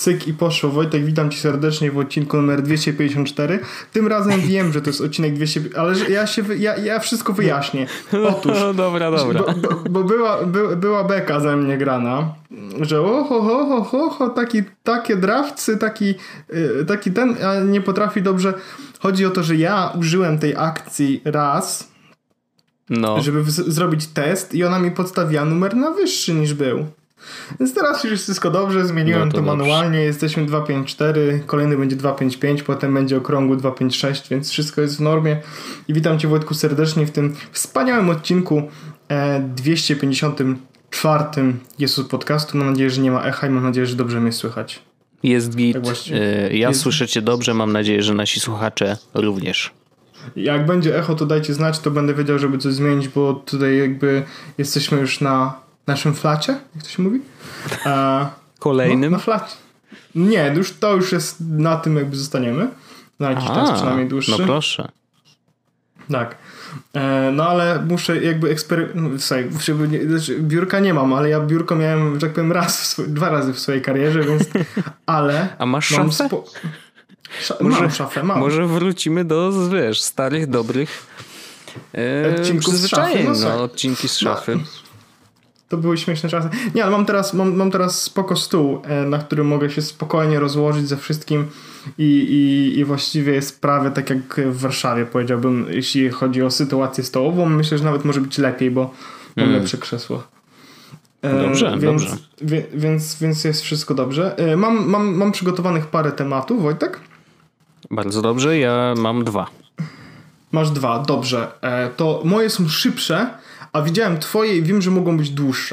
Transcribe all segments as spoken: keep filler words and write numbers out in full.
cyk i poszło. Wojtek, witam cię serdecznie w odcinku numer dwieście pięćdziesiąt cztery. Tym razem wiem, że to jest odcinek dwieście, ale ja się wy... ja, ja wszystko wyjaśnię. Otóż, no, dobra, dobra. Bo, bo, bo była, by, była beka ze mnie grana, że oho, ho, ho, ho, ho, taki, takie drawcy, taki, taki ten, a nie potrafi dobrze. Chodzi o to, że ja użyłem tej akcji raz, no. żeby w- zrobić test i ona mi podstawiła numer na wyższy niż był. Więc teraz już jest wszystko dobrze, zmieniłem no to, to manualnie, jesteśmy dwieście pięćdziesiąt cztery, kolejny będzie dwieście pięćdziesiąt pięć, potem będzie okrągły dwieście pięćdziesiąt sześć, więc wszystko jest w normie. I witam cię, Wojtku, serdecznie w tym wspaniałym odcinku e, dwieście pięćdziesiątym czwartym Jesus Podcastu. Mam nadzieję, że nie ma echa i mam nadzieję, że dobrze mnie słychać. Jest git. Tak ja jest... słyszę cię dobrze, mam nadzieję, że nasi słuchacze również. Jak będzie echo, to dajcie znać, to będę wiedział, żeby coś zmienić, bo tutaj jakby jesteśmy już na naszym flacie, jak to się mówi? A, Kolejnym? No, na flacie. Nie, już, to już jest na tym jakby zostaniemy. Na jakiś A, czas przynajmniej dłuższy. No proszę. Tak. E, no ale muszę jakby eksperymentować. Biurka nie mam, ale ja biurko miałem, że tak powiem, raz, w swo- dwa razy w swojej karierze, więc ale... A masz szafę? Spo- Sza- może, mam szafę, mam. Może wrócimy do, wiesz, starych, dobrych e, odcinków z szafy. No, no, odcinki z szafy. No. To były śmieszne czasy. Nie, ale mam teraz, mam, mam teraz spoko stół, na którym mogę się spokojnie rozłożyć ze wszystkim i, i, i właściwie jest prawie tak jak w Warszawie, powiedziałbym, jeśli chodzi o sytuację stołową. Myślę, że nawet może być lepiej, bo mam mm. lepsze krzesło. Dobrze, więc, dobrze. Wie, więc, więc jest wszystko dobrze. Mam, mam, mam przygotowanych parę tematów, Wojtek? Bardzo dobrze, ja mam dwa. Masz dwa, dobrze. To moje są szybsze, a widziałem twoje i wiem, że mogą być dłuższe.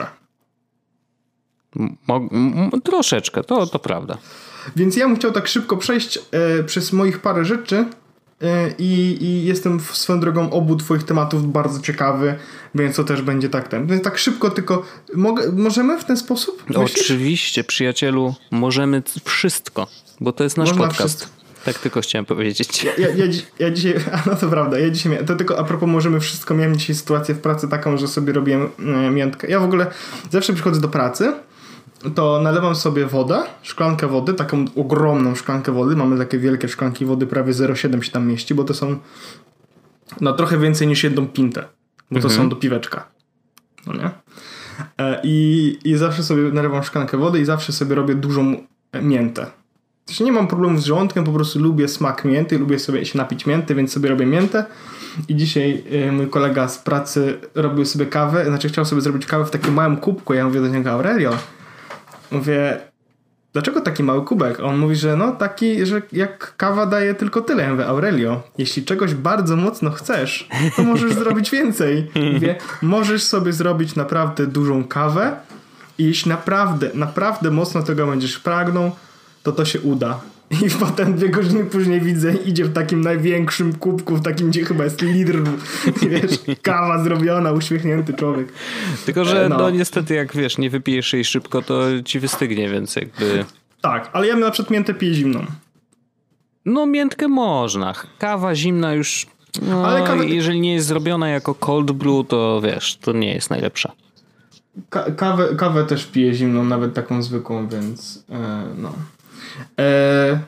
Mo- m- troszeczkę, to, to prawda. Więc ja bym chciał tak szybko przejść e, przez moich parę rzeczy e, i, i jestem w, swoją drogą obu twoich tematów bardzo ciekawy, więc to też będzie tak ten. Więc tak szybko tylko, mogę, możemy w ten sposób? Myślisz? Oczywiście, przyjacielu, możemy wszystko, bo to jest nasz Można podcast. wszystko. Tak tylko chciałem powiedzieć. Ja, ja, ja, ja dzisiaj, no to prawda, ja dzisiaj miałem, to tylko a propos możemy wszystko, miałem dzisiaj sytuację w pracy taką, że sobie robiłem e, miętkę. Ja w ogóle zawsze przychodzę do pracy, to nalewam sobie wodę, szklankę wody, taką ogromną szklankę wody, mamy takie wielkie szklanki wody, prawie zero przecinek siedem się tam mieści, bo to są no trochę więcej niż jedną pintę, bo to mhm. są do piweczka. No nie? E, i, I zawsze sobie nalewam szklankę wody i zawsze sobie robię dużą miętę. Znaczy nie mam problemu z żołądkiem, po prostu lubię smak mięty, lubię sobie się napić mięty, więc sobie robię miętę. I dzisiaj y, mój kolega z pracy robił sobie kawę, znaczy chciał sobie zrobić kawę w takim małym kubku. Ja mówię do niego, Aurelio, mówię, dlaczego taki mały kubek? A on mówi, że no taki, że jak kawa daje tylko tyle. Ja mówię, Aurelio, jeśli czegoś bardzo mocno chcesz, to możesz zrobić więcej. Mówię, możesz sobie zrobić naprawdę dużą kawę i jeśli naprawdę, naprawdę mocno tego będziesz pragnął, to to się uda. I potem dwie godziny później widzę, idzie w takim największym kubku, w takim, gdzie chyba jest litr, wiesz, kawa zrobiona, uśmiechnięty człowiek. Tylko, że no. no niestety jak wiesz, nie wypijesz jej szybko, to ci wystygnie, więc jakby... Tak, ale ja na przykład miętę piję zimną. No miętkę można. Kawa zimna już... No, ale kawa... jeżeli nie jest zrobiona jako cold brew, to wiesz, to nie jest najlepsza. Ka- kawę, kawę też piję zimną, nawet taką zwykłą, więc e, no... Eee,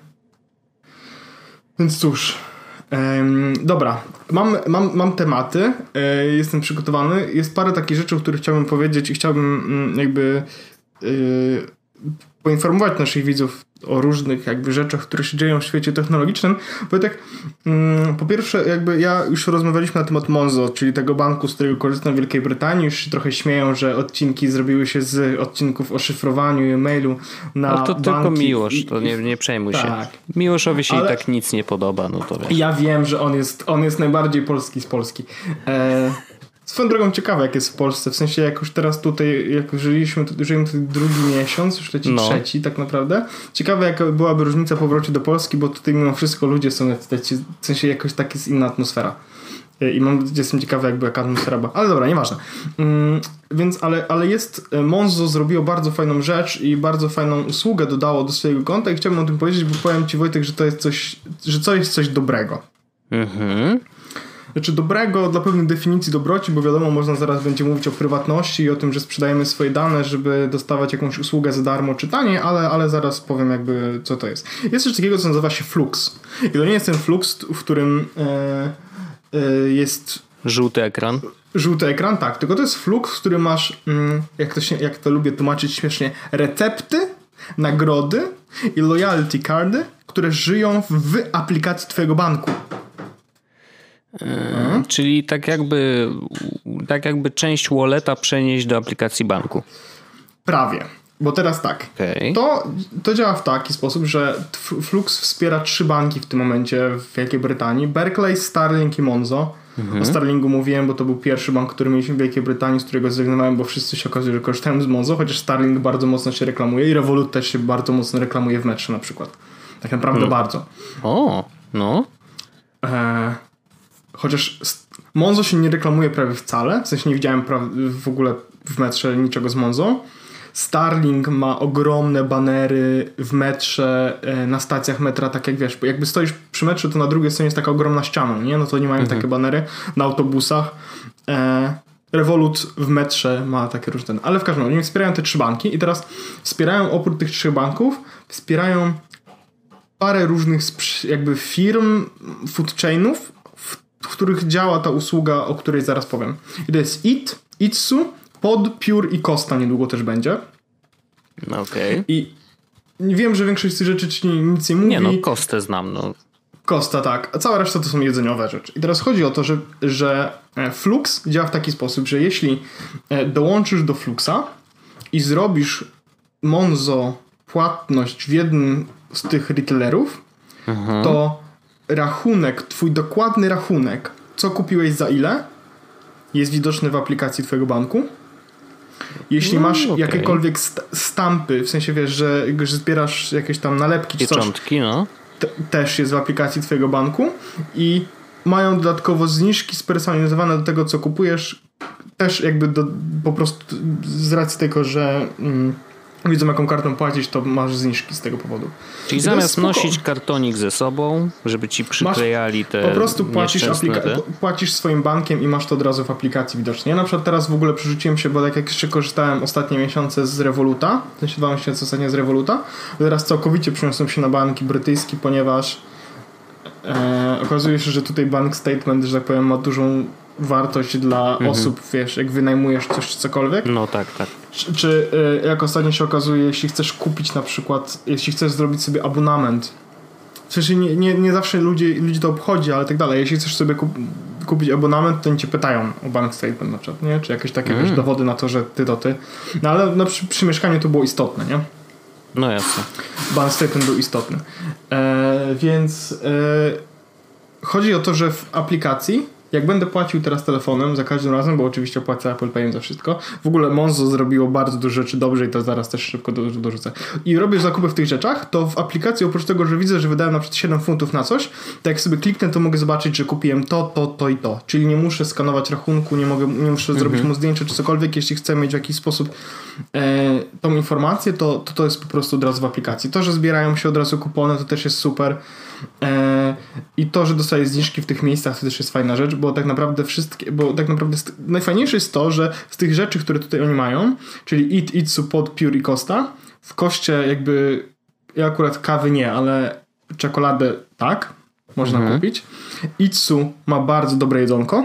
więc cóż, eee, dobra, mam, mam, mam tematy, eee, jestem przygotowany, jest parę takich rzeczy, o których chciałbym powiedzieć i chciałbym mm, jakby eee, poinformować naszych widzów o różnych jakby rzeczach, które się dzieją w świecie technologicznym, bo tak mm, po pierwsze jakby ja już rozmawialiśmy na temat Monzo, czyli tego banku, z którego korzystam w Wielkiej Brytanii, już się trochę śmieją, że odcinki zrobiły się z odcinków o szyfrowaniu i e-mailu na banki. Ale to tylko Miłosz, i, to nie, nie przejmuj tak. się. Miłoszowi się Ale... i tak nic nie podoba, no to wiesz. Ja wiem, że on jest, on jest najbardziej polski z Polski. E... Swoją drogą ciekawe, jak jest w Polsce. W sensie, jak już teraz tutaj, jak żyliśmy, żyjemy tutaj drugi miesiąc, już leci no. trzeci tak naprawdę. Ciekawe, jaka byłaby różnica po powrocie do Polski, bo tutaj mimo wszystko ludzie są, w sensie jakoś tak jest inna atmosfera. I mam, jestem ciekawy, jakby jaka atmosfera była. Ale dobra, nieważne. Mm, więc, ale, ale jest, Monzo zrobiło bardzo fajną rzecz i bardzo fajną usługę dodało do swojego konta i chciałbym o tym powiedzieć, bo powiem ci, Wojtek, że to jest coś, że to jest coś dobrego. Mhm. znaczy dobrego dla pewnej definicji dobroci, bo wiadomo, można zaraz będzie mówić o prywatności i o tym, że sprzedajemy swoje dane, żeby dostawać jakąś usługę za darmo czy taniej, ale, ale zaraz powiem jakby co to jest. Jest coś takiego, co nazywa się flux. I to nie jest ten flux, w którym e, e, jest... Żółty ekran. Żółty ekran, tak. Tylko to jest flux, w którym masz, mm, jak, to się, jak to lubię tłumaczyć śmiesznie, recepty, nagrody i loyalty cardy, które żyją w aplikacji twojego banku. Hmm. Czyli tak jakby tak jakby część walleta przenieść do aplikacji banku. Prawie. Bo teraz tak. Okay. To, to działa w taki sposób, że Flux wspiera trzy banki w tym momencie w Wielkiej Brytanii. Barclays, Starling i Monzo. Mhm. O Starlingu mówiłem, bo to był pierwszy bank, który mieliśmy w Wielkiej Brytanii, z którego zrezygnowałem, bo wszyscy się okazuje, że korzystają z Monzo, chociaż Starling bardzo mocno się reklamuje i Revolut też się bardzo mocno reklamuje w metrze na przykład. Tak naprawdę hmm. bardzo. O, no. E, chociaż Monzo się nie reklamuje prawie wcale, w sensie nie widziałem pra- w ogóle w metrze niczego z Monzo. Starling ma ogromne banery w metrze, na stacjach metra, tak jak wiesz, jakby stoisz przy metrze, to na drugiej stronie jest taka ogromna ściana, nie? No to nie mają mhm. takie banery na autobusach. E, Revolut w metrze ma takie różne, ale w każdym razie wspierają te trzy banki i teraz wspierają oprócz tych trzech banków, wspierają parę różnych jakby firm, food chainów, w, w których działa ta usługa, o której zaraz powiem. I to jest Eat, Itsu, Pod, Pure i Costa niedługo też będzie. Okej. Okay. I wiem, że większość z tych rzeczy ci nic nie mówi. Nie no, Costę znam, no. Costa, tak. A cała reszta to są jedzeniowe rzeczy. I teraz chodzi o to, że, że Flux działa w taki sposób, że jeśli dołączysz do Fluxa i zrobisz Monzo płatność w jednym z tych retailerów, mhm. to rachunek, twój dokładny rachunek, co kupiłeś za ile, jest widoczny w aplikacji twojego banku. Jeśli masz no, okay. jakiekolwiek st- stampy, w sensie wiesz, że, że zbierasz jakieś tam nalepki czy coś, no. t- też jest w aplikacji twojego banku i mają dodatkowo zniżki spersonalizowane do tego, co kupujesz, też jakby do, po prostu z racji tego, że mm, widzą jaką kartą płacić, to masz zniżki z tego powodu. Czyli zamiast nosić kartonik ze sobą, żeby ci przyklejali te po prostu płacisz, aplika- te? płacisz swoim bankiem i masz to od razu w aplikacji widocznie. Ja na przykład teraz w ogóle przerzuciłem się, bo tak jak jeszcze korzystałem ostatnie miesiące z Revoluta, w sensie dwa miesiące ostatnio z Revoluta, teraz całkowicie przeniosłem się na banki brytyjski, ponieważ e, okazuje się, że tutaj bank statement, że tak powiem, ma dużą wartość dla mhm. osób, wiesz, jak wynajmujesz coś czy cokolwiek. No tak, tak. Czy, czy y, jak ostatnio się okazuje, jeśli chcesz kupić na przykład, jeśli chcesz zrobić sobie abonament, w sensie nie, nie, nie zawsze ludzie, ludzi to obchodzi, ale tak dalej, jeśli chcesz sobie kup, kupić abonament, to oni cię pytają o bank statement na przykład, nie? Czy jakieś takie mm. wiesz, dowody na to, że ty to ty. No ale no, przy, przy mieszkaniu to było istotne, nie? No jasne. Bank statement był istotny. E, więc e, chodzi o to, że w aplikacji jak będę płacił teraz telefonem za każdym razem, bo oczywiście płacę Apple Payem za wszystko. W ogóle Monzo zrobiło bardzo dużo rzeczy dobrze i to zaraz też szybko do, dorzucę. I robię zakupy w tych rzeczach, to w aplikacji oprócz tego, że widzę, że wydałem na przykład siedem funtów na coś, to jak sobie kliknę, to mogę zobaczyć, że kupiłem to, to, to i to. Czyli nie muszę skanować rachunku, nie mogę, nie muszę mhm. zrobić mu zdjęcia czy cokolwiek. Jeśli chcę mieć w jakiś sposób e, tą informację, to, to to jest po prostu od razu w aplikacji. To, że zbierają się od razu kupony, to też jest super. E, I to, że dostaję zniżki w tych miejscach, to też jest fajna rzecz, bo tak naprawdę wszystkie, bo tak naprawdę st- najfajniejsze jest to, że z tych rzeczy, które tutaj oni mają, czyli Eat, Itsu, Pod, Pure i Costa, w koszcie jakby, ja akurat kawy nie, ale czekoladę tak, można mhm. kupić. Itsu ma bardzo dobre jedzonko.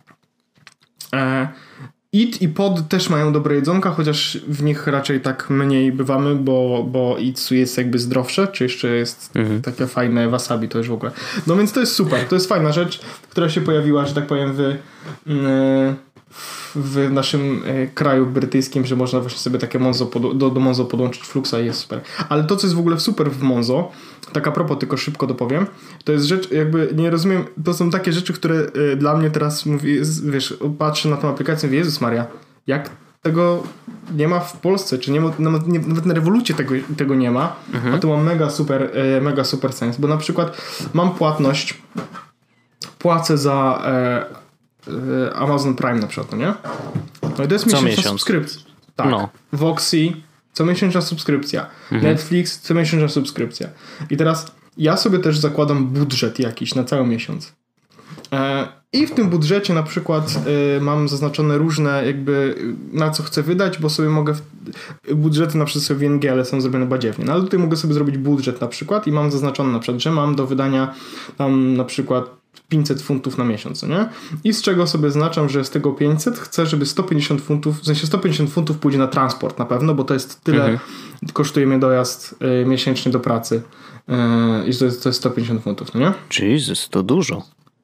E, Eat i Pod też mają dobre jedzonka, chociaż w nich raczej tak mniej bywamy, bo, bo Itsu jest jakby zdrowsze, czy jeszcze jest mhm. takie fajne wasabi, to już w ogóle. No więc to jest super, to jest fajna rzecz, która się pojawiła, że tak powiem, w, w naszym kraju brytyjskim, że można właśnie sobie takie Monzo pod, do, do Monzo podłączyć Fluxa i jest super. Ale to, co jest w ogóle super w Monzo, tak a propos, tylko szybko dopowiem, to jest rzecz, jakby nie rozumiem, to są takie rzeczy, które y, dla mnie teraz mówi, wiesz, patrzę na tą aplikację i mówię, Jezus Maria, jak tego nie ma w Polsce, czy nie ma, nawet, nie, nawet na Revolucie tego, tego nie ma, mhm. a to ma mega super, y, mega super sens, bo na przykład mam płatność, płacę za y, y, Amazon Prime na przykład, nie? No i to jest miesięczna subskrypcja. Tak. No. Voxy, co miesięczna subskrypcja. Mhm. Netflix, co miesięczna subskrypcja. I teraz ja sobie też zakładam budżet jakiś na cały miesiąc. E, I w tym budżecie na przykład y, mam zaznaczone różne jakby na co chcę wydać, bo sobie mogę w, budżety na przykład sobie w I N G, ale są zrobione badziewnie. No ale tutaj mogę sobie zrobić budżet na przykład i mam zaznaczone na przykład, że mam do wydania tam na przykład pięćset funtów na miesiąc, nie? I z czego sobie znaczam, że z tego pięćset chcę, żeby sto pięćdziesiąt funtów, w sensie sto pięćdziesiąt funtów pójdzie na transport na pewno, bo to jest tyle, mhm. kosztuje mnie dojazd y, miesięczny do pracy y, i to jest, to jest sto pięćdziesiąt funtów, no nie? Jezus, to dużo.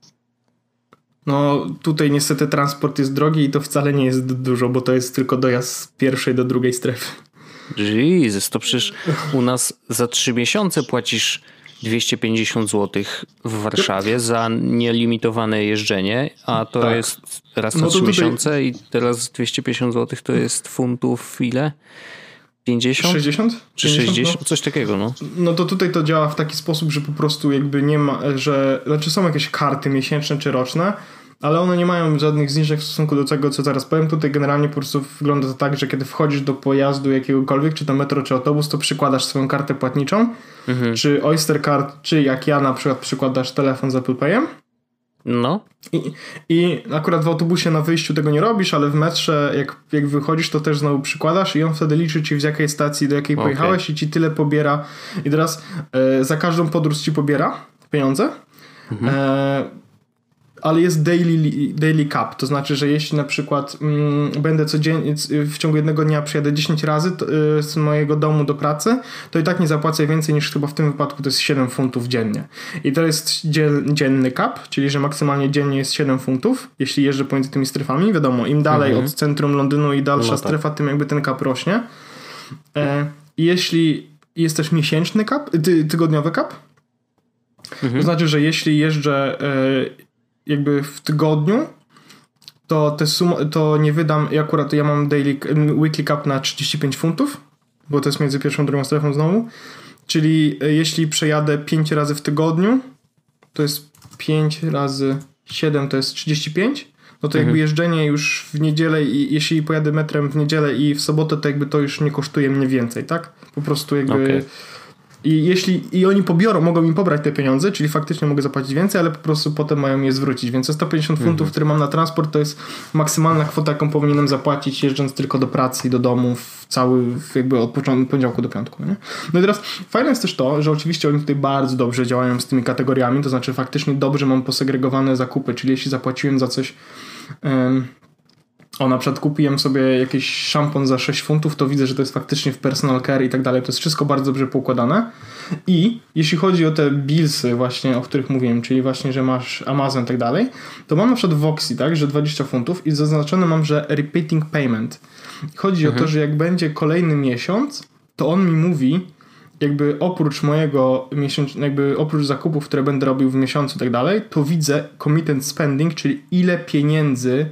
No tutaj niestety transport jest drogi i to wcale nie jest dużo, bo to jest tylko dojazd z pierwszej do drugiej strefy. Jezus, to przecież u nas za trzy miesiące płacisz dwieście pięćdziesiąt złotych w Warszawie za nielimitowane jeżdżenie, a to tak. jest raz na no trzy tutaj... miesiące i teraz dwieście pięćdziesiąt złotych to jest funtów ile? pięćdziesiąt? sześćdziesiąt? Czy sześćdziesiąt? No. Coś takiego, no. No to tutaj to działa w taki sposób, że po prostu jakby nie ma, że znaczy są jakieś karty miesięczne czy roczne, ale one nie mają żadnych zniżek w stosunku do tego, co zaraz powiem. Tutaj generalnie po prostu wygląda to tak, że kiedy wchodzisz do pojazdu jakiegokolwiek, czy to metro, czy autobus, to przykładasz swoją kartę płatniczą, mhm. czy Oyster Card, czy jak ja na przykład przykładasz telefon z Apple Payem. No. I, I akurat w autobusie na wyjściu tego nie robisz, ale w metrze jak, jak wychodzisz, to też znowu przykładasz i on wtedy liczy ci z jakiej stacji, do jakiej okay. pojechałeś i ci tyle pobiera. I teraz e, za każdą podróż ci pobiera pieniądze. Mhm. E, ale jest daily, daily cap, to znaczy, że jeśli na przykład mm, będę codziennie, w ciągu jednego dnia przyjadę dziesięć razy to, y, z mojego domu do pracy, to i tak nie zapłacę więcej niż chyba w tym wypadku to jest siedem funtów dziennie. I to jest dzien, dzienny cap, czyli że maksymalnie dziennie jest siedem funtów, jeśli jeżdżę pomiędzy tymi strefami. Wiadomo, im dalej mhm. od centrum Londynu i dalsza no tak. strefa, tym jakby ten cap rośnie. E, jeśli jest też miesięczny cap, ty, tygodniowy cap, mhm. to znaczy, że jeśli jeżdżę e, jakby w tygodniu, to te sumy, to nie wydam, akurat ja mam daily, weekly cap na trzydzieści pięć funtów, bo to jest między pierwszą a drugą strefą znowu, czyli jeśli przejadę pięć razy w tygodniu, to jest pięć razy siedem to jest trzydzieści pięć, no to mhm. jakby jeżdżenie już w niedzielę i jeśli pojadę metrem w niedzielę i w sobotę, to jakby to już nie kosztuje mnie więcej, tak? Po prostu jakby... Okay. I jeśli i oni pobiorą, mogą mi pobrać te pieniądze, czyli faktycznie mogę zapłacić więcej, ale po prostu potem mają je zwrócić. Więc te sto pięćdziesiąt mhm. funtów, które mam na transport, to jest maksymalna kwota, jaką powinienem zapłacić jeżdżąc tylko do pracy i do domu w cały, jakby od początku, poniedziałku do piątku. Nie? No i teraz fajne jest też to, że oczywiście oni tutaj bardzo dobrze działają z tymi kategoriami, to znaczy faktycznie dobrze mam posegregowane zakupy, czyli jeśli zapłaciłem za coś... Um, O, na przykład kupiłem sobie jakiś szampon za sześć funtów, to widzę, że to jest faktycznie w personal care i tak dalej. To jest wszystko bardzo dobrze poukładane. I jeśli chodzi o te billsy właśnie, o których mówiłem, czyli właśnie, że masz Amazon i tak dalej, to mam na przykład w Voxy, tak, że dwadzieścia funtów i zaznaczone mam, że repeating payment. Chodzi mhm. o to, że jak będzie kolejny miesiąc, to on mi mówi, jakby oprócz mojego miesięcznego, jakby oprócz zakupów, które będę robił w miesiącu i tak dalej, to widzę committed spending, czyli ile pieniędzy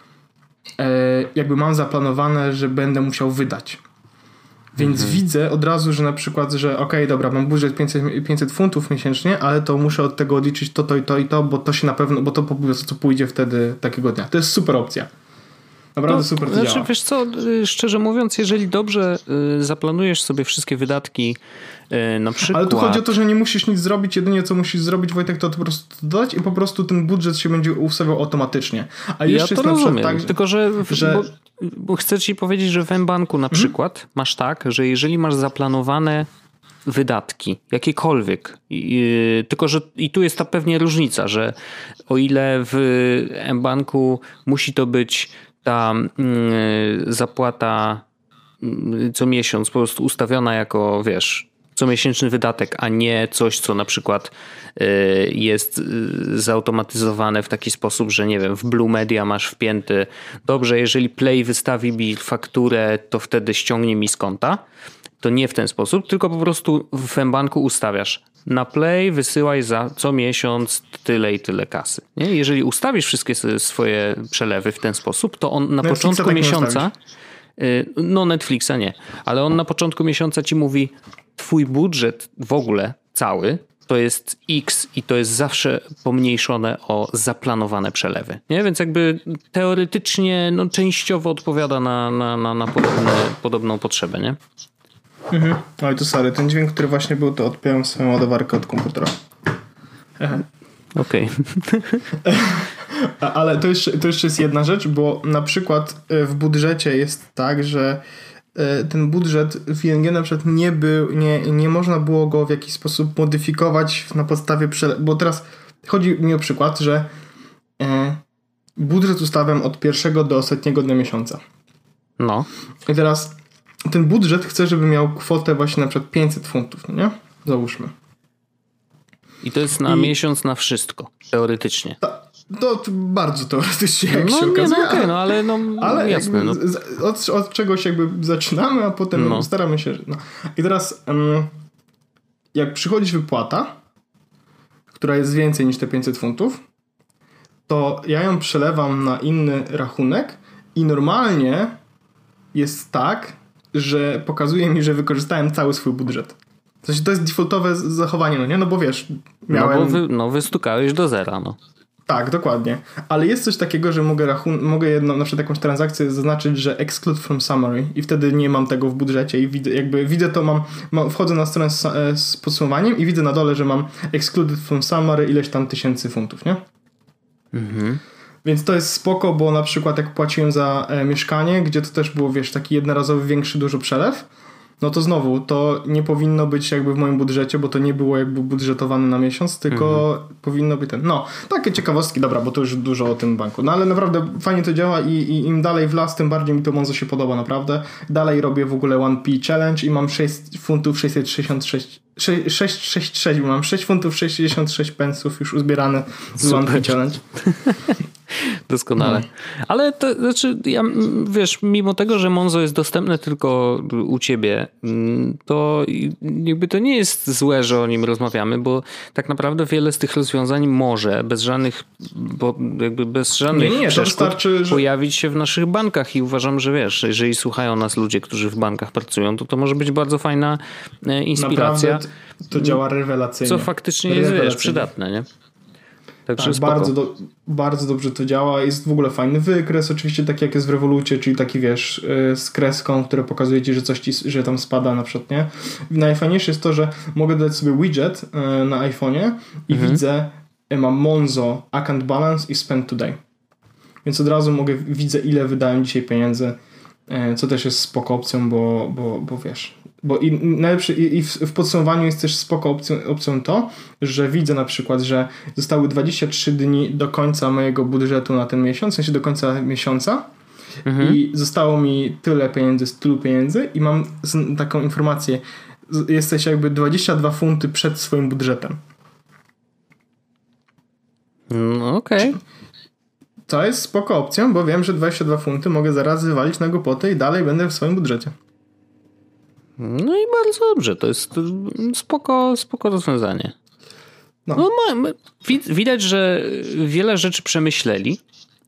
jakby mam zaplanowane, że będę musiał wydać. Więc mhm. widzę od razu, że na przykład, że okej, okay, dobra, mam budżet pięćset, pięćset funtów miesięcznie, ale to muszę od tego odliczyć to, to i to i to, bo to się na pewno, bo to po prostu pójdzie wtedy takiego dnia. To jest super opcja. Naprawdę to, super to znaczy, działa. Wiesz co, szczerze mówiąc, jeżeli dobrze y, zaplanujesz sobie wszystkie wydatki y, na przykład... Ale tu chodzi o to, że nie musisz nic zrobić, jedynie co musisz zrobić, Wojtek, to, to po prostu dodać i po prostu ten budżet się będzie ustawiał automatycznie. A jeszcze ja to jest rozumiem, tak, tylko że, w, że... Bo, bo chcę ci powiedzieć, że w mBanku na przykład hmm? masz tak, że jeżeli masz zaplanowane wydatki, jakiekolwiek, yy, tylko że i tu jest ta pewnie różnica, że o ile w mBanku musi to być ta y, zapłata y, co miesiąc po prostu ustawiona jako, wiesz, comiesięczny wydatek, a nie coś, co na przykład y, jest y, zautomatyzowane w taki sposób, że nie wiem, w Blue Media masz wpięty, dobrze, jeżeli Play wystawi mi fakturę, to wtedy ściągnie mi z konta. To nie w ten sposób, tylko po prostu w mBanku ustawiasz na Play, wysyłaj za co miesiąc tyle i tyle kasy. Nie? Jeżeli ustawisz wszystkie swoje przelewy w ten sposób, to on na Netflixa początku tak miesiąca, no Netflixa nie, ale on na początku miesiąca ci mówi, twój budżet w ogóle cały to jest X i to jest zawsze pomniejszone o zaplanowane przelewy. Nie? Więc jakby teoretycznie no, częściowo odpowiada na, na, na, na podobne, podobną potrzebę, nie? Mhm. Oj, to sorry, ten dźwięk, który właśnie był, to odpiąłem swoją ładowarkę od komputera. Okej. Okay. Ale to jeszcze, to jeszcze jest jedna rzecz, bo na przykład w budżecie jest tak, że ten budżet w I N G na przykład nie był, nie, nie można było go w jakiś sposób modyfikować na podstawie przelewu, bo teraz chodzi mi o przykład, że budżet ustawiam od pierwszego do ostatniego dnia miesiąca. No. I teraz ten budżet chcę, żeby miał kwotę właśnie na przykład pięćset funtów, nie? Załóżmy. I to jest na I... miesiąc na wszystko, teoretycznie. Ta, to, to bardzo teoretycznie, jak no, się nie, okazuje. No okej, okay, no ale no ale jasne. No. Z, od, od czegoś jakby zaczynamy, a potem no. staramy się... No. I teraz um, jak przychodzi wypłata, która jest więcej niż te pięćset funtów, to ja ją przelewam na inny rachunek i normalnie jest tak, że pokazuje mi, że wykorzystałem cały swój budżet. W sensie to jest defaultowe zachowanie, no nie? No bo wiesz, miałem... No bo wy, no wystukałeś do zera, no. Tak, dokładnie. Ale jest coś takiego, że mogę rachun- mogę jedną, na przykład jakąś transakcję zaznaczyć, że exclude from summary i wtedy nie mam tego w budżecie i widzę, jakby widzę to, mam, mam wchodzę na stronę z, z podsumowaniem i widzę na dole, że mam excluded from summary ileś tam tysięcy funtów, nie? Mhm. Więc to jest spoko, bo na przykład jak płaciłem za e, mieszkanie, gdzie to też było, wiesz, taki jednorazowy, większy, dużo przelew, no to znowu, to nie powinno być jakby w moim budżecie, bo to nie było jakby budżetowane na miesiąc, tylko mhm. powinno być ten, no, takie ciekawostki, dobra, bo to już dużo o tym banku, no ale naprawdę fajnie to działa i, i im dalej w las, tym bardziej mi to Monzo się podoba, naprawdę. Dalej robię w ogóle one P Challenge i mam sześć funtów sześćset sześćdziesiąt sześć sześć sześć sześć, bo mam sześć funtów sześćdziesiąt sześć pensów już uzbierane z One P Challenge. Doskonale. No. Ale to znaczy, ja, wiesz, mimo tego, że Monzo jest dostępne tylko u ciebie, to jakby to nie jest złe, że o nim rozmawiamy, bo tak naprawdę wiele z tych rozwiązań może bez żadnych, bo jakby bez żadnych nie, nie, przeszkód wystarczy, że... pojawić się w naszych bankach i uważam, że wiesz, jeżeli słuchają nas ludzie, którzy w bankach pracują, to to może być bardzo fajna inspiracja. Naprawdę to działa rewelacyjnie. Co faktycznie jest, wiesz, przydatne, nie? Tak, bardzo, do, bardzo dobrze to działa. Jest w ogóle fajny wykres, oczywiście taki jak jest w Revolucie, czyli taki wiesz, z kreską, które pokazuje ci, że coś ci, że tam spada na przykład, nie? Najfajniejsze jest to, że mogę dodać sobie widget na iPhone'ie i mhm. widzę, mam Monzo, account balance i spend today. Więc od razu mogę, widzę ile wydałem dzisiaj pieniędzy, co też jest spoko opcją, bo, bo, bo wiesz... Bo i najlepszy, i w, w podsumowaniu jest też spoko opcją, opcją to, że widzę na przykład, że zostały dwadzieścia trzy dni do końca mojego budżetu na ten miesiąc, w sensie do końca miesiąca mhm. i zostało mi tyle pieniędzy, z tylu pieniędzy i mam z, taką informację, jesteś jakby dwadzieścia dwa funty przed swoim budżetem. No okej. Okay. To jest spoko opcją, bo wiem, że dwadzieścia dwa funty mogę zaraz wywalić na głupotę i dalej będę w swoim budżecie. No i bardzo dobrze, to jest spoko, spoko rozwiązanie. No. No, widać, że wiele rzeczy przemyśleli.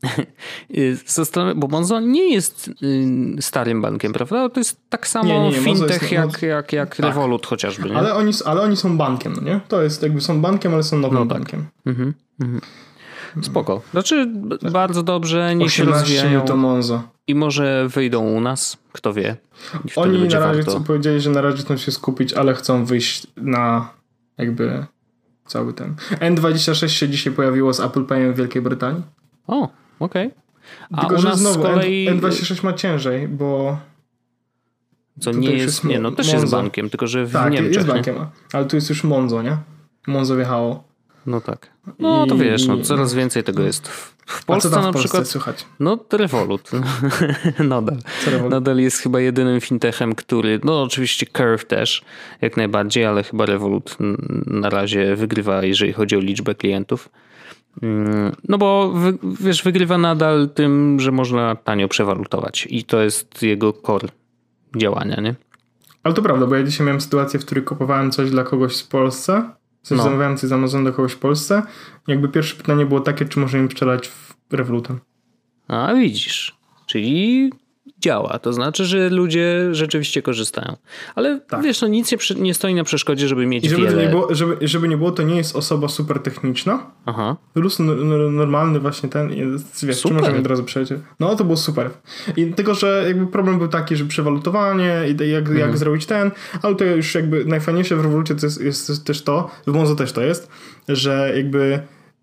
Bo Monzo nie jest starym bankiem, prawda? To jest tak samo nie, nie, nie. fintech jest, jak, jak, jak tak. Revolut chociażby. Nie? Ale, oni, ale oni są bankiem, no nie? To jest jakby są bankiem, ale są nowym no tak. bankiem. Mhm, mhm. Spoko. Znaczy bardzo dobrze, niech się rozwijają. To Monzo. I może wyjdą u nas, kto wie. Oni na razie chcą, powiedzieli, że na razie chcą się skupić, ale chcą wyjść na jakby cały ten. N dwadzieścia sześć się dzisiaj pojawiło z Apple Payem w Wielkiej Brytanii. O, okej. Okay. Tylko, że znowu kolei... N dwadzieścia sześć ma ciężej, bo co nie jest, jest nie, no też Monzo. Jest bankiem, tylko że w tak, Niemczech. jest bankiem, nie? Ale tu jest już Monzo, nie? Monzo wjechało. No tak. No to wiesz, no, coraz więcej tego jest. W Polsce A co tam w na Polsce przykład. Słychać? No to Revolut. Nadal. Nadal jest chyba jedynym fintechem, który. No oczywiście Curve też, jak najbardziej, ale chyba Revolut na razie wygrywa, jeżeli chodzi o liczbę klientów. No bo wiesz, wygrywa nadal tym, że można tanio przewalutować i to jest jego core działania, nie? Ale to prawda, bo ja dzisiaj miałem sytuację, w której kupowałem coś dla kogoś w Polsce. Coś no. zamawiałem coś z Amazon do kogoś w Polsce. Jakby pierwsze pytanie było takie, czy możemy im strzelać w Revolutem. A widzisz. Czyli działa. To znaczy, że ludzie rzeczywiście korzystają. Ale tak. wiesz, no nic nie, nie stoi na przeszkodzie, żeby mieć I żeby wiele... Nie było, żeby, żeby nie było, to nie jest osoba super techniczna. Aha. Plus normalny właśnie ten jest, wiesz, czy możemy od razu przejść. No to było super. I tylko, że jakby problem był taki, że przewalutowanie i jak, mhm. jak zrobić ten, ale to już jakby najfajniejsze w Revolucie to jest, jest też to, w Monzo też to jest, że jakby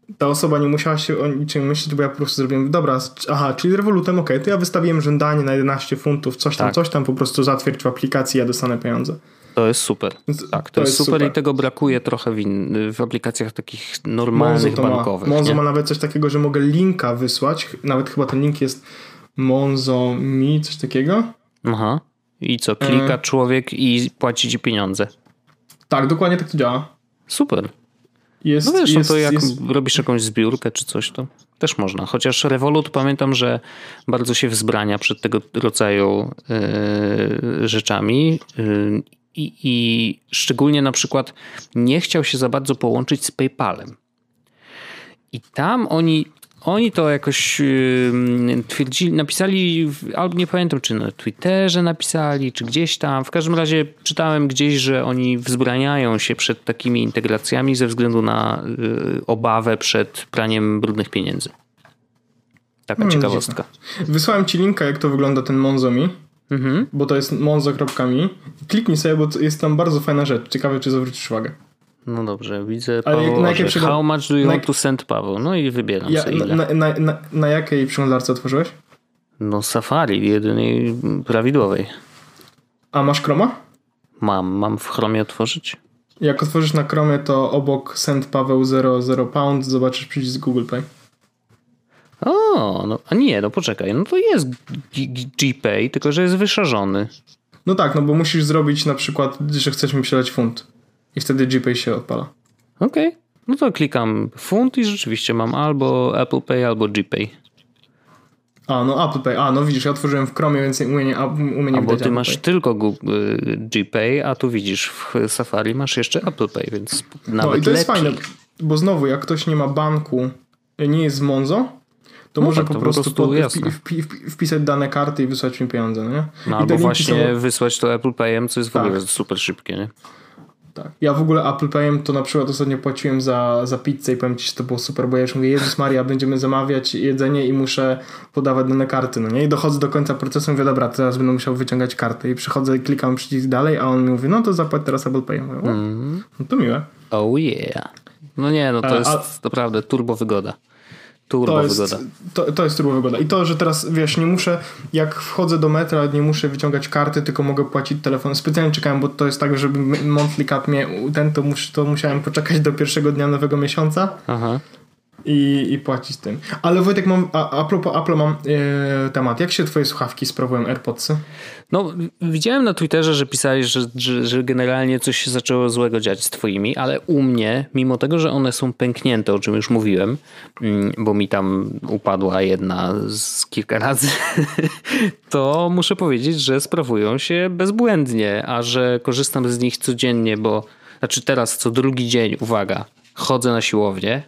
ta osoba nie musiała się o niczym myśleć, bo ja po prostu zrobiłem, dobra, aha, czyli z Revolutem, okej, okay, to ja wystawiłem żądanie na jedenaście funtów, coś tam, tak. coś tam, po prostu zatwierdź w aplikacji, ja dostanę pieniądze. To jest super. Tak, to, to jest, jest super, super i tego brakuje trochę w, in, w aplikacjach takich normalnych bankowych. Ma. Monzo nie? ma nawet coś takiego, że mogę linka wysłać, nawet chyba ten link jest Monzo Mi, coś takiego. Aha. I co, klika e... człowiek i płaci ci pieniądze. Tak, dokładnie tak to działa. Super. Jest, no wiesz, jest, no to jak jest... robisz jakąś zbiórkę czy coś, to też można. Chociaż Revolut pamiętam, że bardzo się wzbrania przed tego rodzaju yy, rzeczami yy, i, i szczególnie na przykład nie chciał się za bardzo połączyć z PayPalem. I tam oni Oni to jakoś yy, twierdzili, napisali, albo nie pamiętam, czy na Twitterze napisali, czy gdzieś tam. W każdym razie czytałem gdzieś, że oni wzbraniają się przed takimi integracjami ze względu na yy, obawę przed praniem brudnych pieniędzy. Taka hmm, ciekawostka. Dziwne. Wysłałem ci linka, jak to wygląda ten Monzo Mi, mhm. bo to jest monzo kropka mi. Kliknij sobie, bo jest tam bardzo fajna rzecz. Ciekawe, czy zwrócisz uwagę. No dobrze, widzę Paweł, na jakiej przygl... How much do you want to send Paweł? No i wybieram ja, sobie ile. Na, na, na, na jakiej przeglądarce otworzyłeś? No Safari, jedynej prawidłowej. A masz Chroma? Mam, mam w Chromie otworzyć? Jak otworzysz na Chromie, to obok send Paweł zero zero pound zobaczysz przycisk Google Pay. O, no a nie, no poczekaj, no to jest GPay, tylko że jest wyszarzony. No tak, no bo musisz zrobić na przykład, że chcesz mi przelać funt. I wtedy GPay się odpala. Okej. Okay. No to klikam funt i rzeczywiście mam albo Apple Pay, albo GPay. A, no Apple Pay. A, no widzisz, ja otworzyłem w Chromie, więc u mnie nie, u mnie nie a, widać bo ty masz Pay. Tylko Google, GPay, a tu widzisz w Safari masz jeszcze Apple Pay, więc nawet no i to jest lepiej. fajne, bo znowu jak ktoś nie ma banku, nie jest z Monzo, to no może tak, po, to prostu po prostu po, wpi, wpi, wpisać dane karty i wysłać mi pieniądze, no nie? No, albo właśnie są... wysłać to Apple Payem, co jest w tak. ogóle super szybkie, nie? Tak. Ja w ogóle Apple Payem to na przykład ostatnio płaciłem za, za pizzę i powiem ci, że to było super, bo ja już mówię, Jezus Maria, będziemy zamawiać jedzenie i muszę podawać dane karty, no nie? I dochodzę do końca procesu i mówię, dobra, teraz będę musiał wyciągać kartę i przychodzę i klikam przycisk dalej, a on mi mówi, no to zapłać teraz Apple Payem. Mówię, mm. No to miłe. Oh yeah. No nie, no to a, jest a... naprawdę turbo wygoda. Turbo to jest, wygoda. To, to jest turbo wygoda. I to, że teraz, wiesz, nie muszę, jak wchodzę do metra, nie muszę wyciągać karty, tylko mogę płacić telefonem. Specjalnie czekałem, bo to jest tak, żeby monthly cap mnie ten, to, mus, to musiałem poczekać do pierwszego dnia nowego miesiąca. Aha. I, i płacić tym. Ale Wojtek, mam, a, a propos Apple mam yy, temat. Jak się twoje słuchawki sprawują, AirPodsy? No, widziałem na Twitterze, że pisali, że, że, że generalnie coś się zaczęło złego dziać z twoimi, ale u mnie, mimo tego, że one są pęknięte, o czym już mówiłem, bo mi tam upadła jedna z kilka razy, to muszę powiedzieć, że sprawują się bezbłędnie, a że korzystam z nich codziennie, bo znaczy teraz co drugi dzień, uwaga, chodzę na siłownię.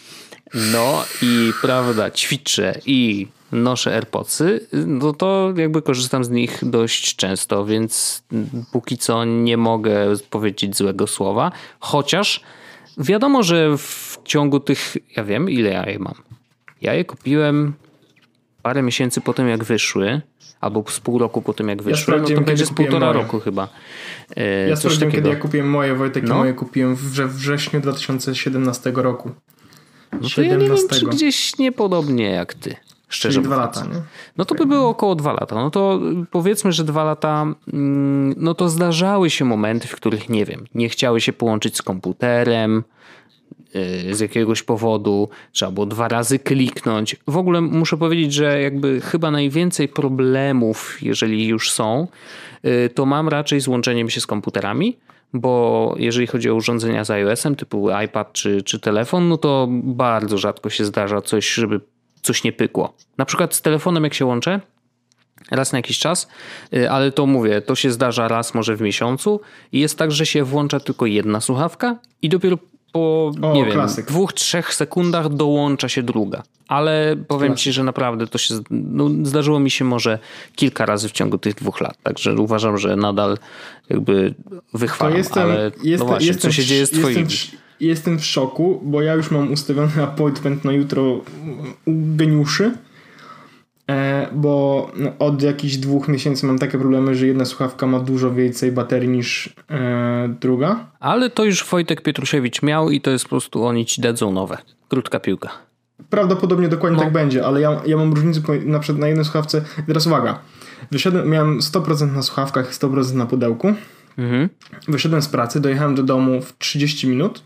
No i prawda, ćwiczę i noszę AirPodsy, no to jakby korzystam z nich dość często, więc póki co nie mogę powiedzieć złego słowa, chociaż wiadomo, że w ciągu tych, ja wiem ile ja je mam. Ja je kupiłem parę miesięcy po tym jak wyszły, albo z pół roku po tym jak wyszły, ja no to będzie z półtora moje. roku chyba. E, ja sprawdziłem, kiedy ja kupiłem moje, Wojtek, no. moje kupiłem we wrześniu dwa tysiące siedemnastego roku. No to ja nie wiem, czy gdzieś niepodobnie jak ty. Szczerze Czyli dwa lata, nie? No to by było około dwa lata. No to powiedzmy, że dwa lata, no to zdarzały się momenty, w których, nie wiem, nie chciały się połączyć z komputerem z jakiegoś powodu, trzeba było dwa razy kliknąć. W ogóle muszę powiedzieć, że jakby chyba najwięcej problemów, jeżeli już są, to mam raczej z łączeniem się z komputerami, bo jeżeli chodzi o urządzenia z iOS-em typu iPad czy, czy telefon, no to bardzo rzadko się zdarza coś, żeby coś nie pykło. Na przykład z telefonem jak się łączę, raz na jakiś czas, ale to mówię, to się zdarza raz może w miesiącu i jest tak, że się włącza tylko jedna słuchawka i dopiero po, o, nie wiem, klasyk. dwóch, trzech sekundach dołącza się druga. Ale powiem klasyk. ci, że naprawdę to się, no, zdarzyło mi się może kilka razy w ciągu tych dwóch lat. Także uważam, że nadal jakby wychwalam. Jestem, ale jestem, no właśnie, jestem, co się dzieje z twoimi? Jestem, jestem w szoku, bo ja już mam ustawiony appointment na jutro u geniuszy, bo od jakichś dwóch miesięcy mam takie problemy, że jedna słuchawka ma dużo więcej baterii niż e, druga. Ale to już Wojtek Pietrusiewicz miał i to jest po prostu oni ci dadzą nowe. Krótka piłka. Prawdopodobnie dokładnie no. tak będzie, ale ja, ja mam różnicę na przykład na jednej słuchawce. Teraz uwaga, wyszedłem, miałem sto procent na słuchawkach i sto procent na pudełku. Mhm. Wyszedłem z pracy, dojechałem do domu w trzydzieści minut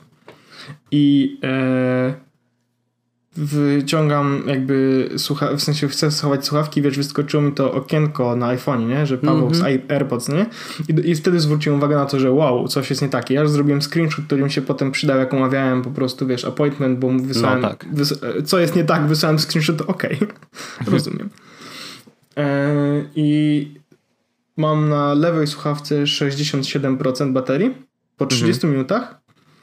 i e, wyciągam jakby słucha- w sensie chcę schować słuchawki, wiesz, wyskoczyło mi to okienko na iPhone'ie, nie? Że Paweł z mm-hmm. AirPods, nie? I, I wtedy zwróciłem uwagę na to, że wow, coś jest nie takie. Ja już zrobiłem screenshot, który mi się potem przydał, jak omawiałem po prostu, wiesz, appointment, bo wysłałem, no tak. wys- co jest nie tak, wysłałem screenshot, to okej, okay. Rozumiem. E, I mam na lewej słuchawce sześćdziesiąt siedem procent baterii po trzydziestu mm-hmm. minutach,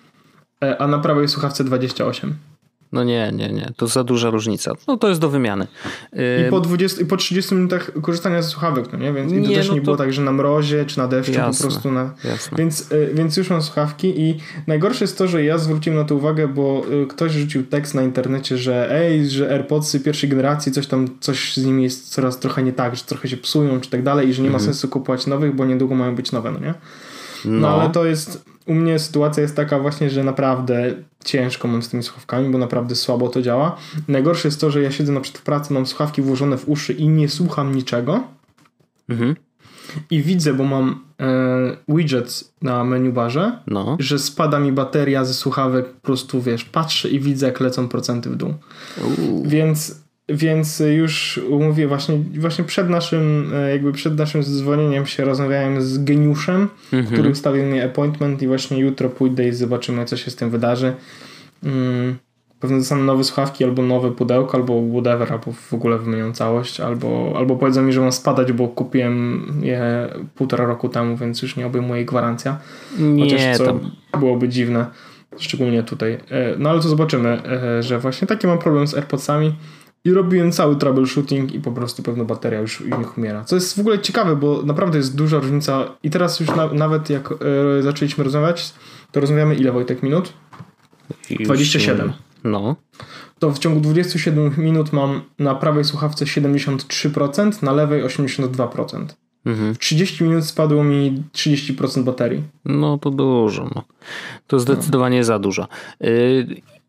a na prawej słuchawce dwadzieścia osiem procent. No nie, nie, nie. To za duża różnica. No to jest do wymiany. I po, dwudziestu, i po trzydziestu minutach korzystania ze słuchawek, no nie? Więc nie, to też nie no to... było tak, że na mrozie czy na deszczu jasne, po prostu na... Więc, więc już mam słuchawki i najgorsze jest to, że ja zwróciłem na to uwagę, bo ktoś rzucił tekst na internecie, że ej, że AirPodsy pierwszej generacji, coś tam, coś z nimi jest coraz trochę nie tak, że trochę się psują czy tak dalej i że nie ma mhm. sensu kupować nowych, bo niedługo mają być nowe, no nie? No, no ale to jest... U mnie sytuacja jest taka właśnie, że naprawdę ciężko mam z tymi słuchawkami, bo naprawdę słabo to działa. Najgorsze jest to, że ja siedzę na przykład w pracy, mam słuchawki włożone w uszy i nie słucham niczego. Mhm. I widzę, bo mam e, widget na menu barze, no. że spada mi bateria ze słuchawek, po prostu wiesz, patrzę i widzę, jak lecą procenty w dół. Uuu. Więc... Więc już mówię, właśnie, właśnie przed naszym jakby przed naszym dzwonieniem się rozmawiałem z geniuszem, mm-hmm. który ustawił mi appointment i właśnie jutro pójdę i zobaczymy, co się z tym wydarzy. Hmm, pewnie dostanę nowe słuchawki, albo nowe pudełko, albo whatever, albo w ogóle wymienią całość, albo, albo powiedzą mi, że mam spadać, bo kupiłem je półtora roku temu, więc już nie obejmuje ich gwarancja. Nie, chociaż co tam. byłoby dziwne, szczególnie tutaj. No ale to zobaczymy, że właśnie taki mam problem z AirPodsami. I robiłem cały troubleshooting i po prostu pewno bateria już ich umiera. Co jest w ogóle ciekawe, bo naprawdę jest duża różnica. I teraz już na, nawet jak e, zaczęliśmy rozmawiać, to rozmawiamy ile, Wojtek, minut? dwadzieścia siedem. No. To w ciągu dwudziestu siedmiu minut mam na prawej słuchawce siedemdziesiąt trzy procent, na lewej osiemdziesiąt dwa procent. Mhm. W trzydzieści minut spadło mi trzydzieści procent baterii. No to dużo. No. To zdecydowanie no. za dużo. Y-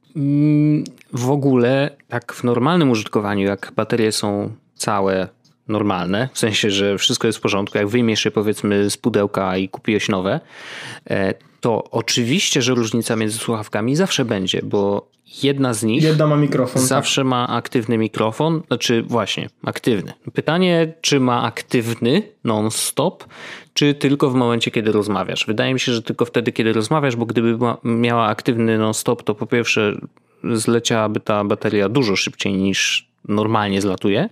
W ogóle tak w normalnym użytkowaniu, jak baterie są całe, normalne, w sensie, że wszystko jest w porządku, jak wyjmiesz je powiedzmy z pudełka i kupiłeś nowe, to oczywiście, że różnica między słuchawkami zawsze będzie, bo jedna z nich jedna ma mikrofon, zawsze tak. ma aktywny mikrofon, znaczy właśnie aktywny. Pytanie, czy ma aktywny non-stop, czy tylko w momencie, kiedy rozmawiasz. Wydaje mi się, że tylko wtedy, kiedy rozmawiasz, bo gdyby miała aktywny non-stop, to po pierwsze zleciałaby ta bateria dużo szybciej niż normalnie zlatuje.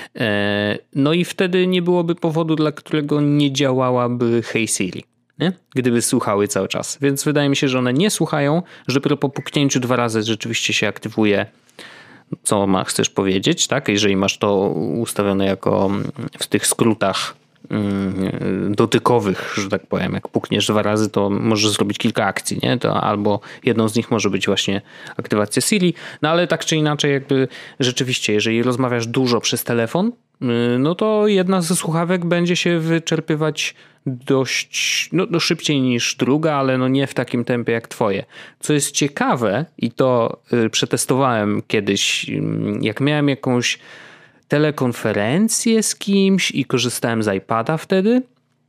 No i wtedy nie byłoby powodu, dla którego nie działałaby Hey Siri. Nie? Gdyby słuchały cały czas. Więc wydaje mi się, że one nie słuchają, że po puknięciu dwa razy rzeczywiście się aktywuje, co ma, chcesz powiedzieć, tak? Jeżeli masz to ustawione jako w tych skrótach dotykowych, że tak powiem, jak pukniesz dwa razy, to możesz zrobić kilka akcji, nie? To albo jedną z nich może być właśnie aktywacja Siri, no ale tak czy inaczej jakby rzeczywiście, jeżeli rozmawiasz dużo przez telefon, no to jedna ze słuchawek będzie się wyczerpywać dość no, no szybciej niż druga, ale no nie w takim tempie jak twoje. Co jest ciekawe i to y, przetestowałem kiedyś, y, jak miałem jakąś telekonferencję z kimś i korzystałem z iPada wtedy y,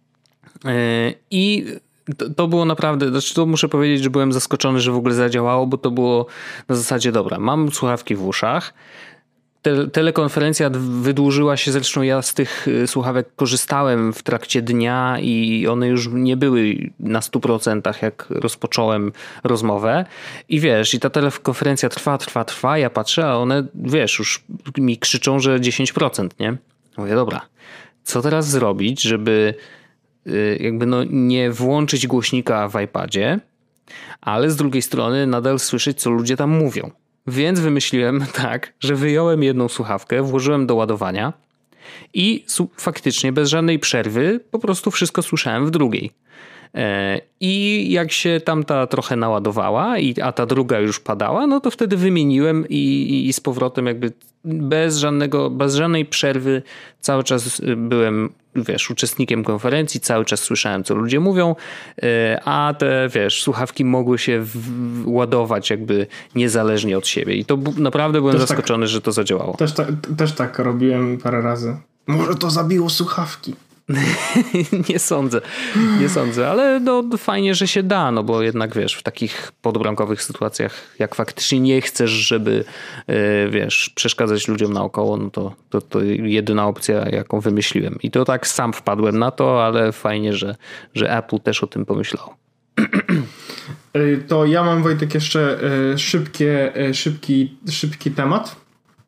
i to, to było naprawdę, znaczy to muszę powiedzieć, że byłem zaskoczony, że w ogóle zadziałało, bo to było na zasadzie dobra, mam słuchawki w uszach, Te, telekonferencja wydłużyła się, zresztą ja z tych słuchawek korzystałem w trakcie dnia i one już nie były na stu procentach jak rozpocząłem rozmowę i wiesz, i ta telekonferencja trwa, trwa, trwa, ja patrzę, a one wiesz, już mi krzyczą, że dziesięć procent, nie? Mówię, dobra, co teraz zrobić, żeby jakby no nie włączyć głośnika w iPadzie, ale z drugiej strony nadal słyszeć, co ludzie tam mówią. Więc wymyśliłem tak, że wyjąłem jedną słuchawkę, włożyłem do ładowania i faktycznie bez żadnej przerwy po prostu wszystko słyszałem w drugiej. I jak się tamta trochę naładowała, i, a ta druga już padała, no to wtedy wymieniłem i, i z powrotem jakby bez żadnego, bez żadnej przerwy cały czas byłem, wiesz, uczestnikiem konferencji, cały czas słyszałem, co ludzie mówią, a te, wiesz, słuchawki mogły się w- ładować jakby niezależnie od siebie. I to b- naprawdę byłem też zaskoczony, tak, że to zadziałało. Też, ta, też tak robiłem parę razy. Może to zabiło słuchawki. Nie sądzę, nie sądzę, ale no, fajnie, że się da, no bo jednak wiesz, w takich podbramkowych sytuacjach, jak faktycznie nie chcesz, żeby wiesz, przeszkadzać ludziom naokoło, no to, to, to jedyna opcja, jaką wymyśliłem. I to tak sam wpadłem na to, ale fajnie, że, że Apple też o tym pomyślało. To ja mam, Wojtek, jeszcze szybkie, szybki, szybki temat.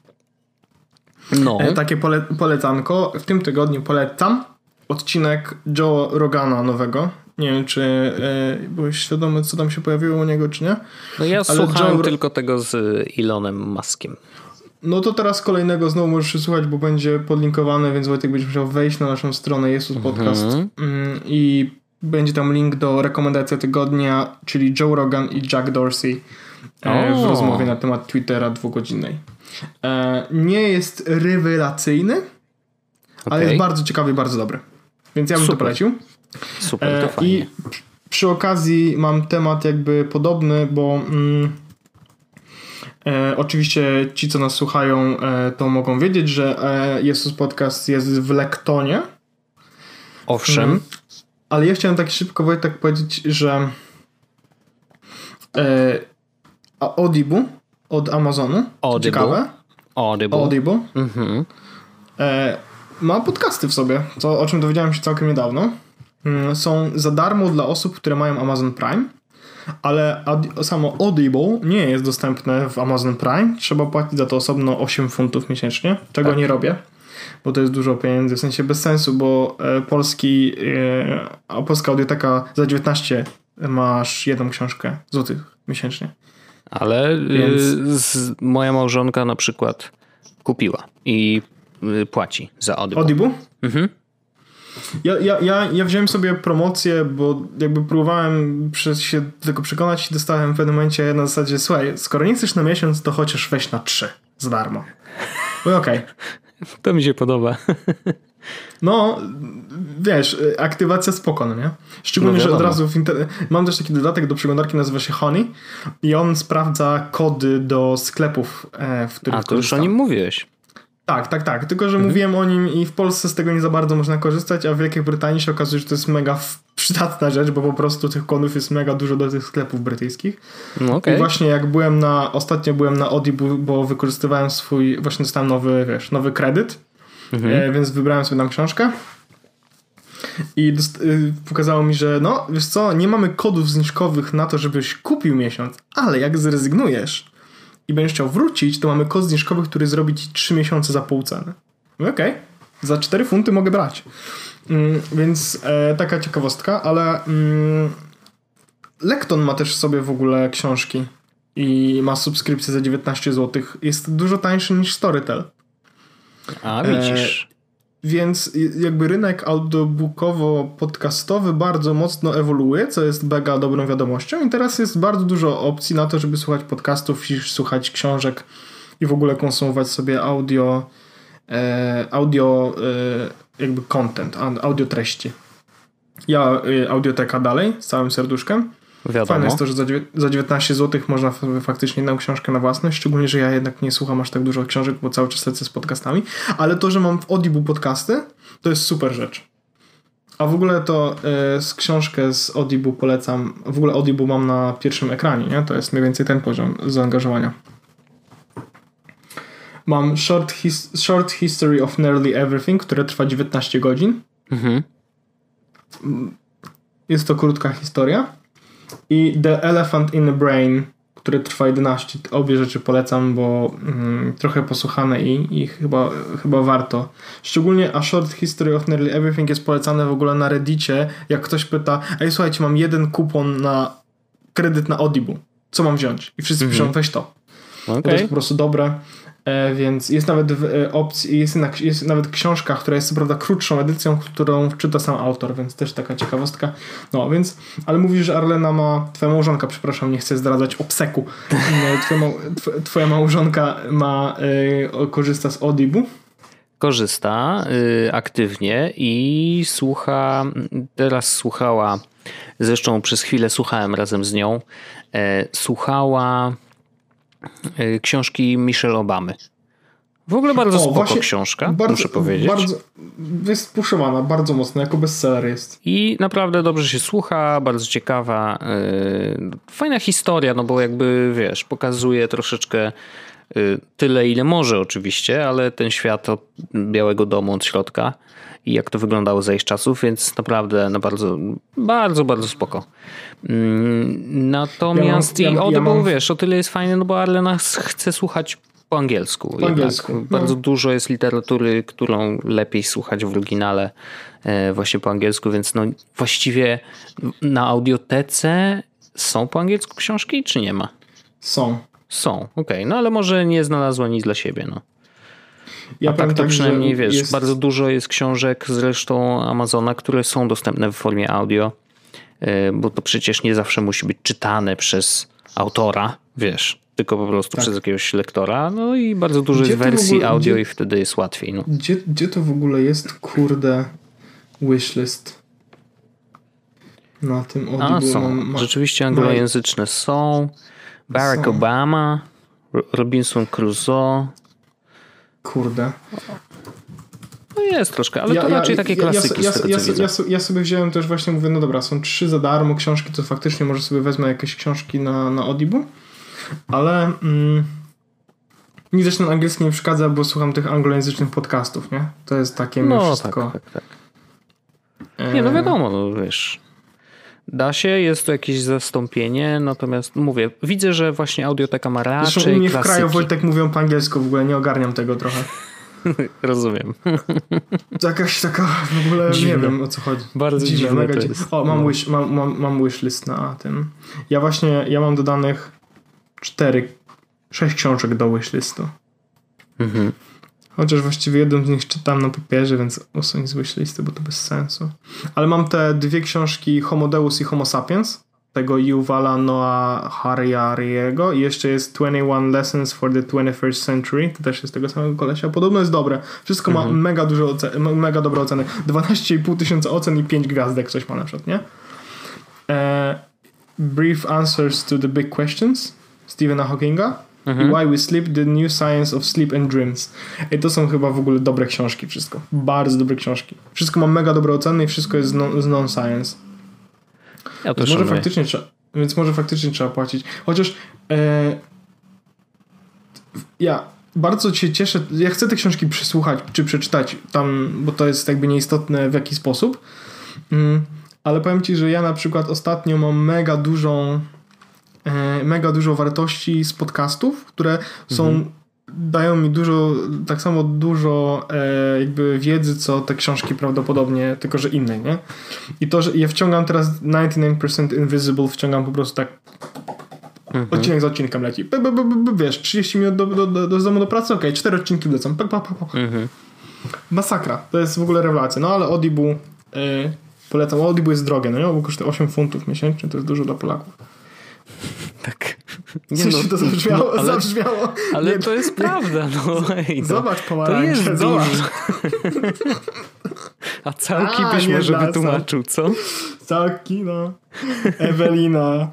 No. Takie pole, polecanko. W tym tygodniu polecam odcinek Joe Rogana nowego. Nie wiem, czy e, byłeś świadomy, co tam się pojawiło u niego, czy nie? No ja Ale słuchałem Joe... tylko tego z Elonem Muskiem. No to teraz kolejnego znowu możesz słuchać, bo będzie podlinkowany, więc Wojtek będziesz musiał wejść na naszą stronę Jesus Podcast mhm. i będzie tam link do rekomendacji tygodnia, czyli Joe Rogan i Jack Dorsey e, w rozmowie na temat Twittera dwugodzinnej. E, nie jest rewelacyjny, okay. ale jest bardzo ciekawy i bardzo dobry. Więc ja bym Super. to polecił. Super, to fajnie. I przy okazji mam temat jakby podobny, bo mm, e, oczywiście ci, co nas słuchają, e, to mogą wiedzieć, że e, Jesus Podcast jest w Lektonie. Owszem. Mm, ale ja chciałem tak szybko, Wojtek, powiedzieć, że e, Audible od Amazonu, Audible. ciekawe. Audible. Audible. Mhm. E, ma podcasty w sobie, co, o czym dowiedziałem się całkiem niedawno. Mm, są za darmo dla osób, które mają Amazon Prime, ale audi- samo Audible nie jest dostępne w Amazon Prime. Trzeba płacić za to osobno osiem funtów miesięcznie, czego tak. nie robię, bo to jest dużo pieniędzy, w sensie bez sensu, bo e, polski e, a polska audioteka za dziewiętnaście masz jedną książkę złotych miesięcznie. Ale Więc... z, moja małżonka na przykład kupiła i y, płaci za Audible. Audible? Mhm. Ja, ja, ja, ja wziąłem sobie promocję, bo jakby próbowałem przez się tylko przekonać i dostałem w pewnym momencie na zasadzie, słuchaj, skoro nie chcesz na miesiąc, to chociaż weź na trzy za darmo. No okej. Okay. To mi się podoba. No, wiesz, aktywacja spoko, no nie? Szczególnie, no że od razu w inter... mam też taki dodatek do przeglądarki, nazywa się Honey i on sprawdza kody do sklepów, w których A, to już o nim mówiłeś. Tak, tak, tak. Tylko, że mhm. mówiłem o nim i w Polsce z tego nie za bardzo można korzystać, a w Wielkiej Brytanii się okazuje, że to jest mega przydatna rzecz, bo po prostu tych kodów jest mega dużo do tych sklepów brytyjskich. No okay. I właśnie jak byłem na, ostatnio byłem na Audible, bo wykorzystywałem swój, właśnie dostałem nowy, wiesz, nowy kredyt, mhm. e, więc wybrałem sobie tam książkę i dost, y, pokazało mi, że no, wiesz co, nie mamy kodów zniżkowych na to, żebyś kupił miesiąc, ale jak zrezygnujesz i będziesz chciał wrócić, to mamy kod zniżkowy, który zrobi ci trzy miesiące za pół ceny. Okej, okay. Za cztery funty mogę brać. Mm, więc e, taka ciekawostka, ale mm, Lekton ma też w sobie w ogóle książki i ma subskrypcję za dziewiętnaście złotych. Jest dużo tańszy niż Storytel. A, widzisz. E, więc jakby rynek audiobookowo-podcastowy bardzo mocno ewoluuje, co jest mega dobrą wiadomością i teraz jest bardzo dużo opcji na to, żeby słuchać podcastów i słuchać książek i w ogóle konsumować sobie audio e, audio e, jakby content, audio treści. Ja e, audioteka dalej, z całym serduszkiem. Wiadomo. Fajne jest to, że za, za dziewiętnaście złotych można faktycznie jedną książkę na własność, szczególnie, że ja jednak nie słucham aż tak dużo książek, bo cały czas lecę z podcastami, ale to, że mam w Audible podcasty, to jest super rzecz. A w ogóle to y, z książkę z Audible polecam, w ogóle Audible mam na pierwszym ekranie, nie? To jest mniej więcej ten poziom zaangażowania. Mam Short, his, short History of Nearly Everything, które trwa dziewiętnaście godzin. Mhm. Jest to krótka historia. I The Elephant in the Brain, który trwa jedenaście. Obie rzeczy polecam, bo mm, trochę posłuchane i, i chyba, chyba warto. Szczególnie A Short History of Nearly Everything jest polecane w ogóle na Reddicie. Jak ktoś pyta, ej słuchajcie, mam jeden kupon na kredyt na Audible. Co mam wziąć? I wszyscy mm-hmm. piszą, weź to. Okay. To jest po prostu dobre. E, więc jest nawet w e, opcji, jest, na, jest nawet książka, która jest co prawda krótszą edycją, którą czyta sam autor, więc też taka ciekawostka. No więc, ale mówisz, że Arlena ma, twoja małżonka, przepraszam, nie chcę zdradzać obseku. Twoja, mał, twoja małżonka ma, e, korzysta z Audible. Korzysta y, aktywnie i słucha, teraz słuchała, zresztą przez chwilę słuchałem razem z nią, e, słuchała e, książki Michelle Obamy. W ogóle bardzo o, spoko właśnie, książka, bardzo, muszę powiedzieć. Bardzo, jest puszowana bardzo mocno, jako bestseller jest. I naprawdę dobrze się słucha, bardzo ciekawa, yy, fajna historia, no bo jakby wiesz, pokazuje troszeczkę yy, tyle, ile może oczywiście, ale ten świat od Białego Domu, od środka i jak to wyglądało za ich czasów, więc naprawdę no bardzo, bardzo, bardzo spoko. Yy, natomiast ja mam, ja, i Audible, ja mam... wiesz, o tyle jest fajne, no bo Arlena chce słuchać po angielsku. Po angielsku. No. Bardzo dużo jest literatury, którą lepiej słuchać w oryginale e, właśnie po angielsku, więc no właściwie na audiotece są po angielsku książki, czy nie ma? Są. Są, okej. Okay. No ale może nie znalazła nic dla siebie, no. Ja A tak to przynajmniej, wiesz, jest... bardzo dużo jest książek zresztą Amazona, które są dostępne w formie audio, e, bo to przecież nie zawsze musi być czytane przez autora, wiesz, tylko po prostu tak. przez jakiegoś lektora. No i bardzo dużo gdzie jest wersji ogóle, audio gdzie, i wtedy jest łatwiej. No. Gdzie, gdzie to w ogóle jest, kurde, wishlist? Na tym Audible. A, są. Ma, Rzeczywiście anglojęzyczne ma... są. Barack są. Obama, Robinson Crusoe. Kurde. No jest troszkę, ale ja, to raczej ja, takie klasyki. Ja, ja, ja, ja, ja sobie wziąłem też właśnie, mówię, no dobra, są trzy za darmo książki, to faktycznie może sobie wezmę jakieś książki na, na Audible. Ale mm, mi zresztą na angielski nie przeszkadza, bo słucham tych anglojęzycznych podcastów, nie? To jest takie no, wszystko. Tak, tak, tak. Nie, no wiadomo, no wiesz. Da się, jest to jakieś zastąpienie, natomiast mówię, widzę, że właśnie audioteka ma raczej zresztą u mnie klasyki. W kraju Wojtek mówią po angielsku, w ogóle nie ogarniam tego trochę. Rozumiem. Jakaś taka w ogóle dziwne. Nie wiem o co chodzi. Bardzo dziwne, dziwne mega dziwne. O, mam, no. wish, mam, mam, mam wishlist na tym. Ja właśnie, ja mam dodanych cztery, sześć książek do wishlistu. Mhm. Chociaż właściwie jedną z nich czytam na papierze, więc usuń z wishlisty, bo to bez sensu. Ale mam te dwie książki Homo Deus i Homo Sapiens, tego Yuvala Noah Harariego i jeszcze jest twenty one Lessons for the twenty-first Century, to też jest tego samego kolesia. Podobno jest dobre. Wszystko mhm. ma mega dużo ocen- mega dobre oceny. dwanaście i pół tysiąca ocen i pięć gwiazdek coś ma na przykład, nie? E, Brief Answers to the Big Questions Stephena Hawkinga mhm. i Why We Sleep, The New Science of Sleep and Dreams. I to są chyba w ogóle dobre książki wszystko. Bardzo dobre książki. Wszystko ma mega dobre oceny i wszystko jest z, non- z non-science. Ja to więc, może faktycznie trzeba, więc może faktycznie trzeba płacić. Chociaż e, ja bardzo się cieszę, ja chcę te książki przysłuchać czy przeczytać tam, bo to jest jakby nieistotne w jaki sposób. Mm, ale powiem ci, że ja na przykład ostatnio mam mega dużą e, mega dużo wartości z podcastów, które są mhm. dają mi dużo, tak samo dużo e, jakby wiedzy, co te książki prawdopodobnie, tylko że innej, nie? I to, że ja wciągam teraz ninety-nine percent Invisible, wciągam po prostu tak mhm. odcinek za odcinkiem leci. B, b, b, b, wiesz, trzydzieści minut do, do, do, do domu do pracy, okej, okay, cztery odcinki lecą. Pa, pa, pa, pa. Mhm. Masakra. To jest w ogóle rewelacja. No ale Audible e, polecam. Audible jest drogie, no nie? Bo kosztuje osiem funtów miesięcznie, to jest dużo dla Polaków. Tak. Nie no, to zabrzmiało, no, ale, zabrzmiało. Ale nie, to jest prawda. No, ej, no. Zobacz pomarańcze, to jest zobacz. A całki A, byś może wytłumaczył, co? Całki, no. Ewelina.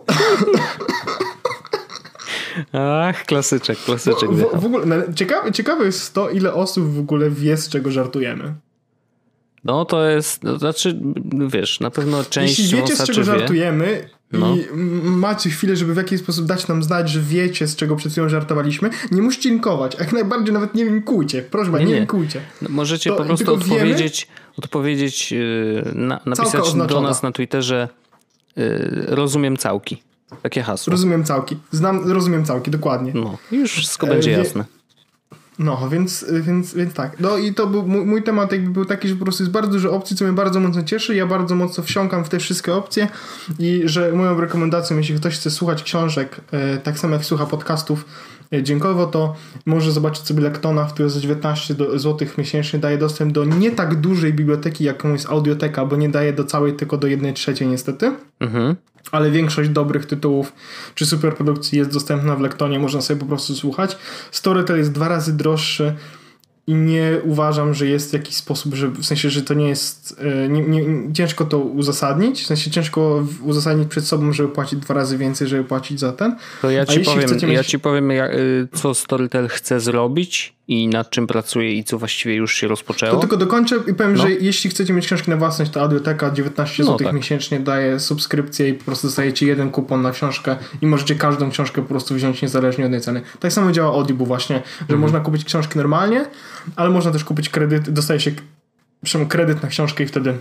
Ach, klasyczek, klasyczek. W, w, w ogóle, ciekawe, ciekawe jest to, ile osób w ogóle wie, z czego żartujemy. No to jest, no, znaczy, wiesz, na pewno część Jeśli wiecie, z czego wie, żartujemy no. i macie chwilę, żeby w jakiś sposób dać nam znać, że wiecie, z czego przed chwilą żartowaliśmy, nie musicie linkować. Jak najbardziej nawet nie linkujcie. Proszę, nie, nie linkujcie. No, możecie to po prostu odpowiedzieć, odpowiedzieć na, napisać do nas na Twitterze yy, rozumiem całki. Takie hasło. Rozumiem całki. Znam, rozumiem całki, dokładnie. No, już wszystko będzie e, jasne. No, więc, więc, więc tak. No i to był mój, mój temat jakby był taki, że po prostu jest bardzo dużo opcji, co mnie bardzo mocno cieszy. Ja bardzo mocno wsiąkam w te wszystkie opcje i że moją rekomendacją, jeśli ktoś chce słuchać książek, e, tak samo jak słucha podcastów, dźwiękowo, to może zobaczyć sobie Lectona, który za dziewiętnaście złotych miesięcznie daje dostęp do nie tak dużej biblioteki, jaką jest Audioteka, bo nie daje do całej, tylko do jednej trzeciej niestety. Mhm. Ale większość dobrych tytułów czy superprodukcji jest dostępna w Lectonie, można sobie po prostu słuchać. Storytel jest dwa razy droższy i nie uważam, że jest jakiś sposób, że w sensie, że to nie jest nie, nie, ciężko to uzasadnić, w sensie ciężko uzasadnić przed sobą, żeby płacić dwa razy więcej, żeby płacić za ten. To ja ci powiem, mieć... ja ci powiem jak, co Storytel chce zrobić i nad czym pracuje i co właściwie już się rozpoczęło. To tylko dokończę i powiem, no. że jeśli chcecie mieć książki na własność, to Audioteka dziewiętnaście złotych no tak. miesięcznie daje subskrypcję i po prostu dostajecie jeden kupon na książkę i możecie każdą książkę po prostu wziąć niezależnie od tej ceny. Tak samo działa Audible właśnie, że mhm. można kupić książki normalnie, ale można też kupić kredyt, dostaje się przynajmniej kredyt na książkę i wtedy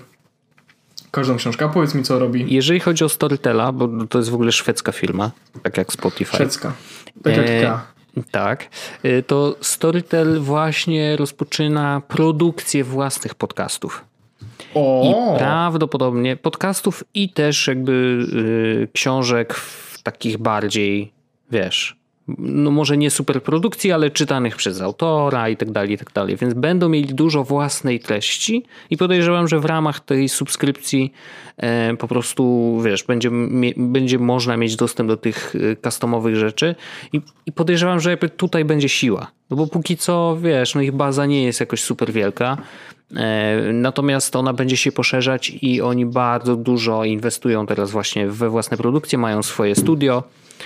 każdą książkę. A powiedz mi, co robi. Jeżeli chodzi o Storytela, bo to jest w ogóle szwedzka firma, tak jak Spotify. Szwedzka. Tak jak ja. E- Tak, to Storytel właśnie rozpoczyna produkcję własnych podcastów. O! I prawdopodobnie podcastów i też jakby y, książek w takich bardziej, wiesz, no może nie superprodukcji, ale czytanych przez autora i tak dalej, i tak dalej. Więc będą mieli dużo własnej treści i podejrzewam, że w ramach tej subskrypcji e, po prostu, wiesz, będzie, mie, będzie można mieć dostęp do tych customowych rzeczy i, i podejrzewam, że jakby tutaj będzie siła. No bo póki co, wiesz, no ich baza nie jest jakoś super wielka, e, natomiast ona będzie się poszerzać i oni bardzo dużo inwestują teraz właśnie we własne produkcje, mają swoje studio.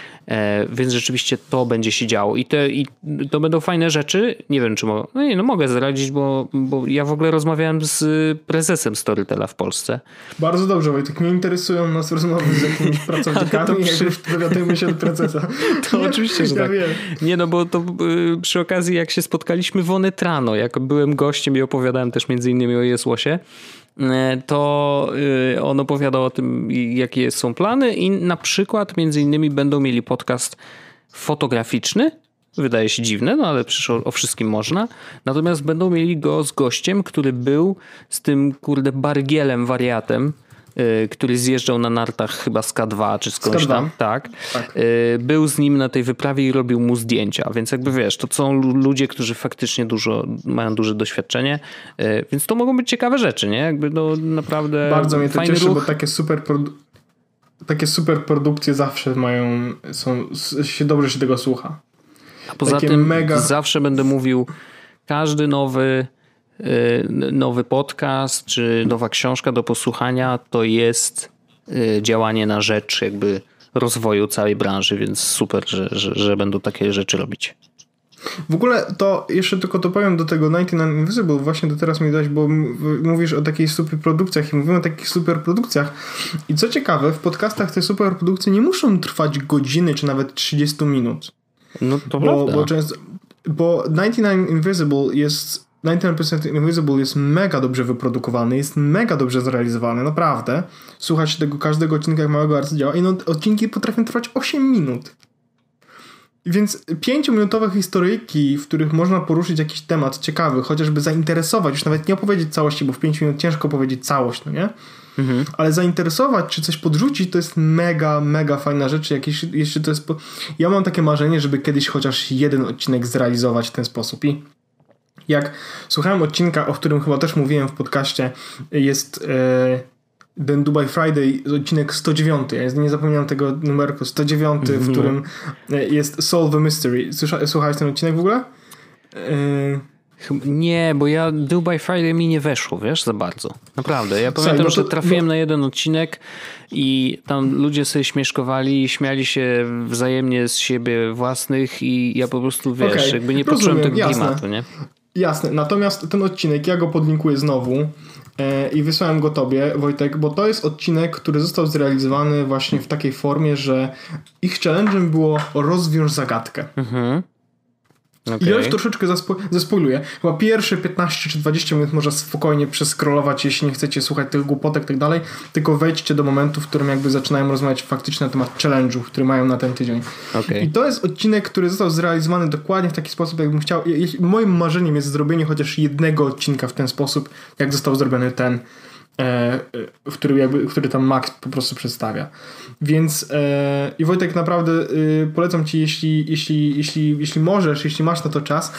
E, więc rzeczywiście to będzie się działo i, te, i to będą fajne rzeczy. Nie wiem, czy mo- no nie, no mogę zdradzić, bo, bo ja w ogóle rozmawiałem z prezesem Storytela w Polsce. Bardzo dobrze, Wojtek. Nie interesują nas rozmowy z jakimiś pracownikami, przy... jak już dowiadujemy się od prezesa. To nie, oczywiście, że tak. Wiem. Nie, no bo to y, przy okazji jak się spotkaliśmy w Onetrano, jak byłem gościem i opowiadałem też między innymi o Jesłosie, to on opowiadał o tym, jakie są plany i na przykład między innymi będą mieli podcast fotograficzny. Wydaje się dziwne, no ale przecież o, o wszystkim można. Natomiast będą mieli go z gościem, który był z tym kurde bargielem wariatem, yy, który zjeżdżał na nartach chyba z K dwa czy skądś tam. Tak. tak. Yy, był z nim na tej wyprawie i robił mu zdjęcia. Więc jakby wiesz, to są ludzie, którzy faktycznie dużo mają duże doświadczenie. Yy, więc to mogą być ciekawe rzeczy, nie? Jakby no naprawdę bardzo mnie to cieszy, ruch. Bo takie super produ- takie super produkcje zawsze mają, są, się dobrze się tego słucha. A poza takie tym mega... zawsze będę mówił, każdy nowy nowy podcast czy nowa książka do posłuchania to jest działanie na rzecz jakby rozwoju całej branży, więc super, że, że, że będą takie rzeczy robić. W ogóle to jeszcze tylko to powiem do tego dziewięćdziesiąt dziewięć Invisible, właśnie to teraz mi dać, bo mówisz o takich superprodukcjach i mówimy o takich superprodukcjach i co ciekawe, w podcastach te superprodukcje nie muszą trwać godziny czy nawet trzydzieści minut. No to bo, prawda. Bo, często, bo dziewięćdziesiąt dziewięć Invisible jest dziewięćdziesiąt dziewięć procent Invisible jest mega dobrze wyprodukowany, jest mega dobrze zrealizowany, naprawdę. Słuchać tego każdego odcinka jak małego arcydzieła i no, odcinki potrafią trwać osiem minut. Więc pięciominutowe historyjki, w których można poruszyć jakiś temat ciekawy, chociażby zainteresować, już nawet nie opowiedzieć całości, bo w pięć minut ciężko powiedzieć całość, no nie? Mhm. Ale zainteresować, czy coś podrzucić, to jest mega, mega fajna rzecz. Jakieś, jeszcze to jest po... Ja mam takie marzenie, żeby kiedyś chociaż jeden odcinek zrealizować w ten sposób i jak słuchałem odcinka, o którym chyba też mówiłem w podcaście, jest e, ten Dubai Friday, odcinek sto dziewięć. Ja nie zapomniałem tego numerku, sto dziewięć, mm-hmm. w którym jest Solve a Mystery. Słysza, słuchałeś ten odcinek w ogóle? E... Nie, bo ja Dubai Friday mi nie weszło, wiesz, za bardzo. Naprawdę. Ja pamiętam, Słuchaj, to, że trafiłem bo... na jeden odcinek i tam ludzie sobie śmieszkowali, śmiali się wzajemnie z siebie własnych i ja po prostu, wiesz, okay. jakby nie poczułem tego jasne. klimatu, nie? Jasne, natomiast ten odcinek, ja go podlinkuję znowu yy, i wysłałem go tobie, Wojtek, bo to jest odcinek, który został zrealizowany właśnie w takiej formie, że ich challenge'em było rozwiąż zagadkę. Mhm. Okay. I ja już troszeczkę zaspo- zaspoiluję. Chyba pierwsze piętnaście czy dwadzieścia minut można spokojnie przeskrolować, jeśli nie chcecie słuchać tych głupotek i tak dalej, tylko wejdźcie do momentu, w którym jakby zaczynają rozmawiać faktycznie na temat challenge'ów, które mają na ten tydzień. Okay. I to jest odcinek, który został zrealizowany dokładnie w taki sposób, jakbym chciał. Moim marzeniem jest zrobienie chociaż jednego odcinka w ten sposób, jak został zrobiony ten. w który, jakby, który tam Max po prostu przedstawia. Więc e, i Wojtek, naprawdę y, polecam ci, jeśli, jeśli, jeśli, jeśli możesz, jeśli masz na to czas,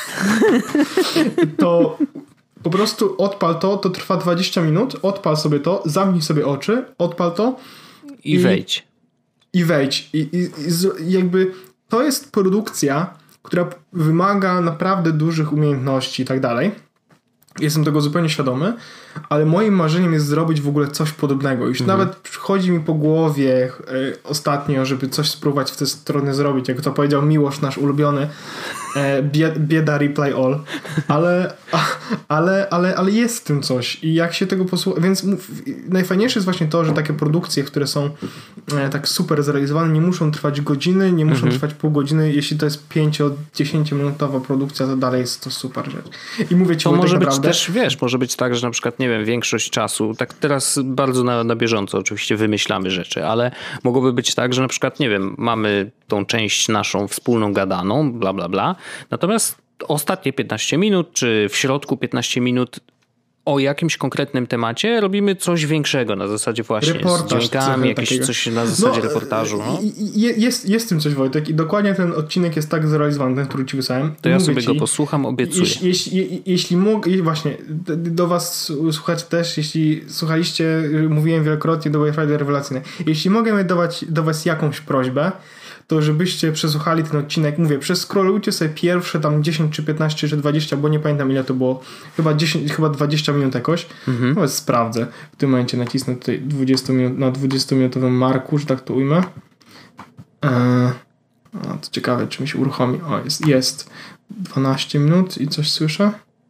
to po prostu odpal to, to trwa dwadzieścia minut, odpal sobie to, zamknij sobie oczy, odpal to i, i wejdź. I wejdź. I, i, i jakby to jest produkcja, która wymaga naprawdę dużych umiejętności i tak dalej. Jestem tego zupełnie świadomy, ale moim marzeniem jest zrobić w ogóle coś podobnego. Już mhm. nawet przychodzi mi po głowie y, ostatnio, żeby coś spróbować w tę stronę zrobić, jak to powiedział Miłosz, nasz ulubiony, e, bieda Reply All, ale, a, ale, ale, ale jest w tym coś i jak się tego posłucha, więc mów, najfajniejsze jest właśnie to, że takie produkcje, które są e, tak super zrealizowane, nie muszą trwać godziny, nie muszą mhm. trwać pół godziny, jeśli to jest pięcio-dziesięciominutowa produkcja, to dalej jest to super rzecz. I mówię ci, to może tak być naprawdę, też, wiesz, może być tak, że na przykład, nie wiem, większość czasu, tak teraz bardzo na, na bieżąco oczywiście wymyślamy rzeczy, ale mogłoby być tak, że na przykład, nie wiem, mamy tą część naszą wspólną gadaną, bla, bla, bla, natomiast ostatnie piętnaście minut, czy w środku piętnaście minut o jakimś konkretnym temacie robimy coś większego na zasadzie właśnie reportaż, z dźwiękami, jakieś takiego. coś na zasadzie no, reportażu. No. Jest, jest w tym coś, Wojtek, i dokładnie ten odcinek jest tak zrealizowany, ten, który ci wysłałem. To ja Mówię sobie ci, go posłucham, obiecuję. Jeśli, jeśli, jeśli mogę, właśnie do was słuchacze też, jeśli słuchaliście, mówiłem wielokrotnie do Wi-Fi rewelacyjnej, jeśli mogę dawać do was jakąś prośbę, to żebyście przesłuchali ten odcinek, mówię, przeskrolujcie sobie pierwsze tam dziesięć, czy piętnaście, czy dwadzieścia, bo nie pamiętam ile to było, chyba dziesięć, chyba dwadzieścia minut jakoś, mhm. Nawet sprawdzę, w tym momencie nacisnę tutaj dwadzieścia minut, na dwudziestominutowym marku, że tak to ujmę. Eee, a, to ciekawe, czy mi się uruchomi. O, jest, jest dwanaście minut i coś słyszę.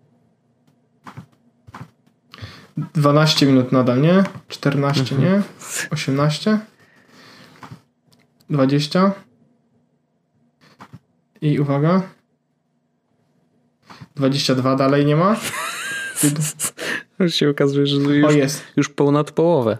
dwanaście minut nadal, nie? czternaście, mhm. nie? osiemnaście? dwadzieścia i uwaga, dwadzieścia dwa dalej nie ma. Już się okazuje, że już, o, jest. już ponad połowę.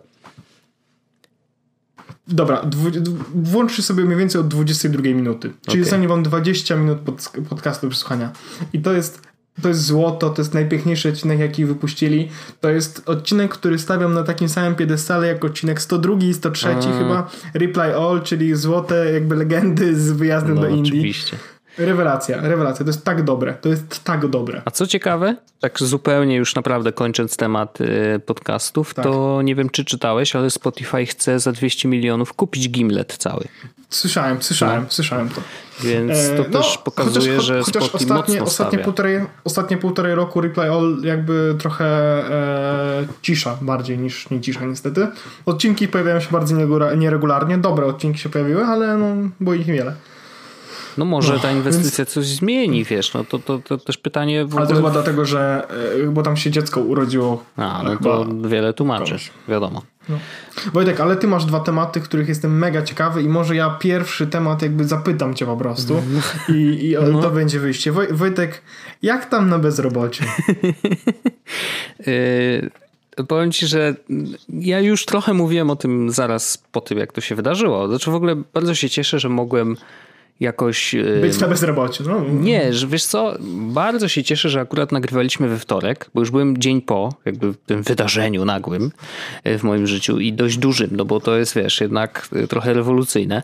Dobra, dwu, włączcie sobie mniej więcej od dwudziestej drugiej minuty. Czyli okay. Zostanie wam dwadzieścia minut pod, podcastu przesłuchania. I to jest To jest złoto, to jest najpiękniejszy odcinek, jaki wypuścili. To jest odcinek, który stawiam na takim samym piedestale jak odcinek sto drugi i sto trzeci A. chyba. Reply All, czyli złote jakby legendy z wyjazdem no, do Indii. Oczywiście. Rewelacja, rewelacja. To jest tak dobre. To jest tak dobre. A co ciekawe, tak zupełnie już naprawdę kończąc temat y, podcastów, tak. to nie wiem, czy czytałeś, ale Spotify chce za dwieście milionów kupić Gimlet cały. Słyszałem, słyszałem, no. słyszałem to. Więc to e, no, też pokazuje, chociaż, że chociaż Spotify ostatnie, mocno ostatnie półtorej, ostatnie półtorej roku Reply All jakby trochę e, cisza bardziej niż nie cisza niestety. Odcinki pojawiają się bardzo nieregularnie. Dobre odcinki się pojawiły, ale no, było ich niewiele. No może no, ta inwestycja więc... coś zmieni, wiesz, no to, to, to też pytanie... W ale ogóle... to chyba dlatego, że bo tam się dziecko urodziło. A, no to wiele tłumaczy, komuś. Wiadomo. No. Wojtek, ale ty masz dwa tematy, których jestem mega ciekawy i może ja pierwszy temat jakby zapytam cię po prostu i, i no. to będzie wyjście. Woj, Wojtek, jak tam na bezrobocie? yy... Powiem ci, że ja już trochę mówiłem o tym zaraz po tym, jak to się wydarzyło. Znaczy w ogóle bardzo się cieszę, że mogłem jakoś... Być na bezrobociu. No. Nie, że wiesz co, bardzo się cieszę, że akurat nagrywaliśmy we wtorek, bo już byłem dzień po jakby tym wydarzeniu nagłym w moim życiu i dość dużym, no bo to jest, wiesz, jednak trochę rewolucyjne.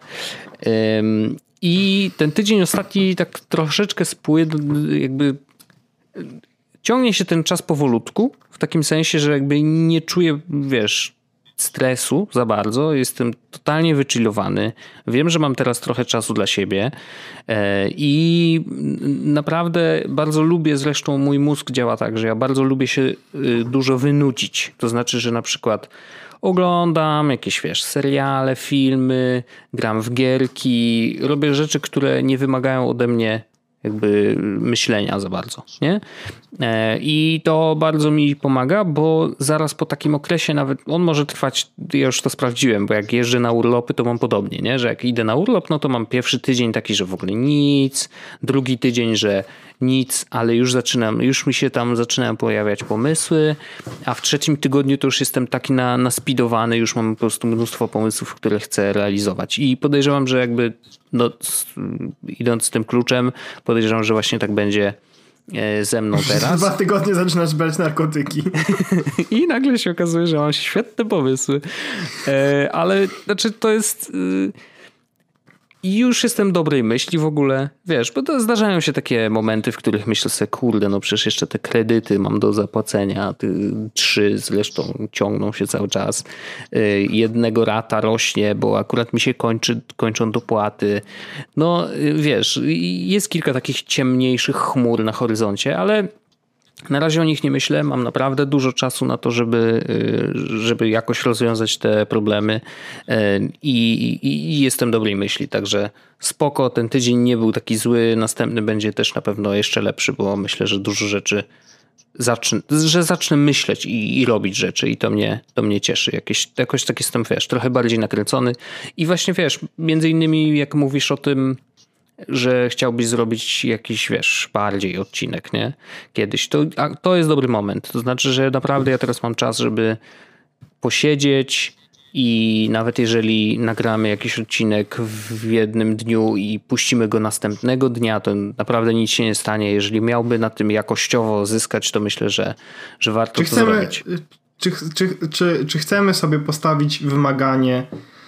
I ten tydzień ostatni tak troszeczkę spływ, jakby ciągnie się ten czas powolutku, w takim sensie, że jakby nie czuję, wiesz, stresu za bardzo, jestem totalnie wychillowany. Wiem, że mam teraz trochę czasu dla siebie i naprawdę bardzo lubię, zresztą mój mózg działa tak, że ja bardzo lubię się dużo wynudzić. To znaczy, że na przykład oglądam jakieś, wiesz, seriale, filmy, gram w gierki, robię rzeczy, które nie wymagają ode mnie jakby myślenia za bardzo, nie? I to bardzo mi pomaga, bo zaraz po takim okresie nawet, on może trwać, ja już to sprawdziłem, bo jak jeżdżę na urlopy, to mam podobnie, nie? Że jak idę na urlop, no to mam pierwszy tydzień taki, że w ogóle nic, drugi tydzień, że nic, ale już zaczynam, już mi się tam zaczynają pojawiać pomysły, a w trzecim tygodniu to już jestem taki na, naspidowany, już mam po prostu mnóstwo pomysłów, które chcę realizować i podejrzewam, że jakby no, idąc z tym kluczem, podejrzewam, że właśnie tak będzie ze mną teraz. Dwa tygodnie zaczynasz brać narkotyki. I nagle się okazuje, że mam świetne pomysły. Ale znaczy to jest... I już jestem dobrej myśli w ogóle, wiesz, bo to zdarzają się takie momenty, w których myślę sobie, kurde, no przecież jeszcze te kredyty mam do zapłacenia, trzy zresztą ciągną się cały czas, jednego rata rośnie, bo akurat mi się kończy, kończą dopłaty. No wiesz, jest kilka takich ciemniejszych chmur na horyzoncie, ale na razie o nich nie myślę. Mam naprawdę dużo czasu na to, żeby, żeby jakoś rozwiązać te problemy i, i, i jestem dobrej myśli. Także spoko, ten tydzień nie był taki zły. Następny będzie też na pewno jeszcze lepszy, bo myślę, że dużo rzeczy zacznę, że zacznę myśleć i, i robić rzeczy i to mnie, to mnie cieszy. Jakieś, jakoś tak jestem, wiesz, trochę bardziej nakręcony i właśnie, wiesz, między innymi jak mówisz o tym, że chciałbyś zrobić jakiś, wiesz, bardziej odcinek, nie? Kiedyś. To, a to jest dobry moment. To znaczy, że naprawdę ja teraz mam czas, żeby posiedzieć i nawet jeżeli nagramy jakiś odcinek w jednym dniu i puścimy go następnego dnia, to naprawdę nic się nie stanie. Jeżeli miałby na tym jakościowo zyskać, to myślę, że, że warto czy to chcemy, zrobić. Czy, czy, czy, czy chcemy sobie postawić wymaganie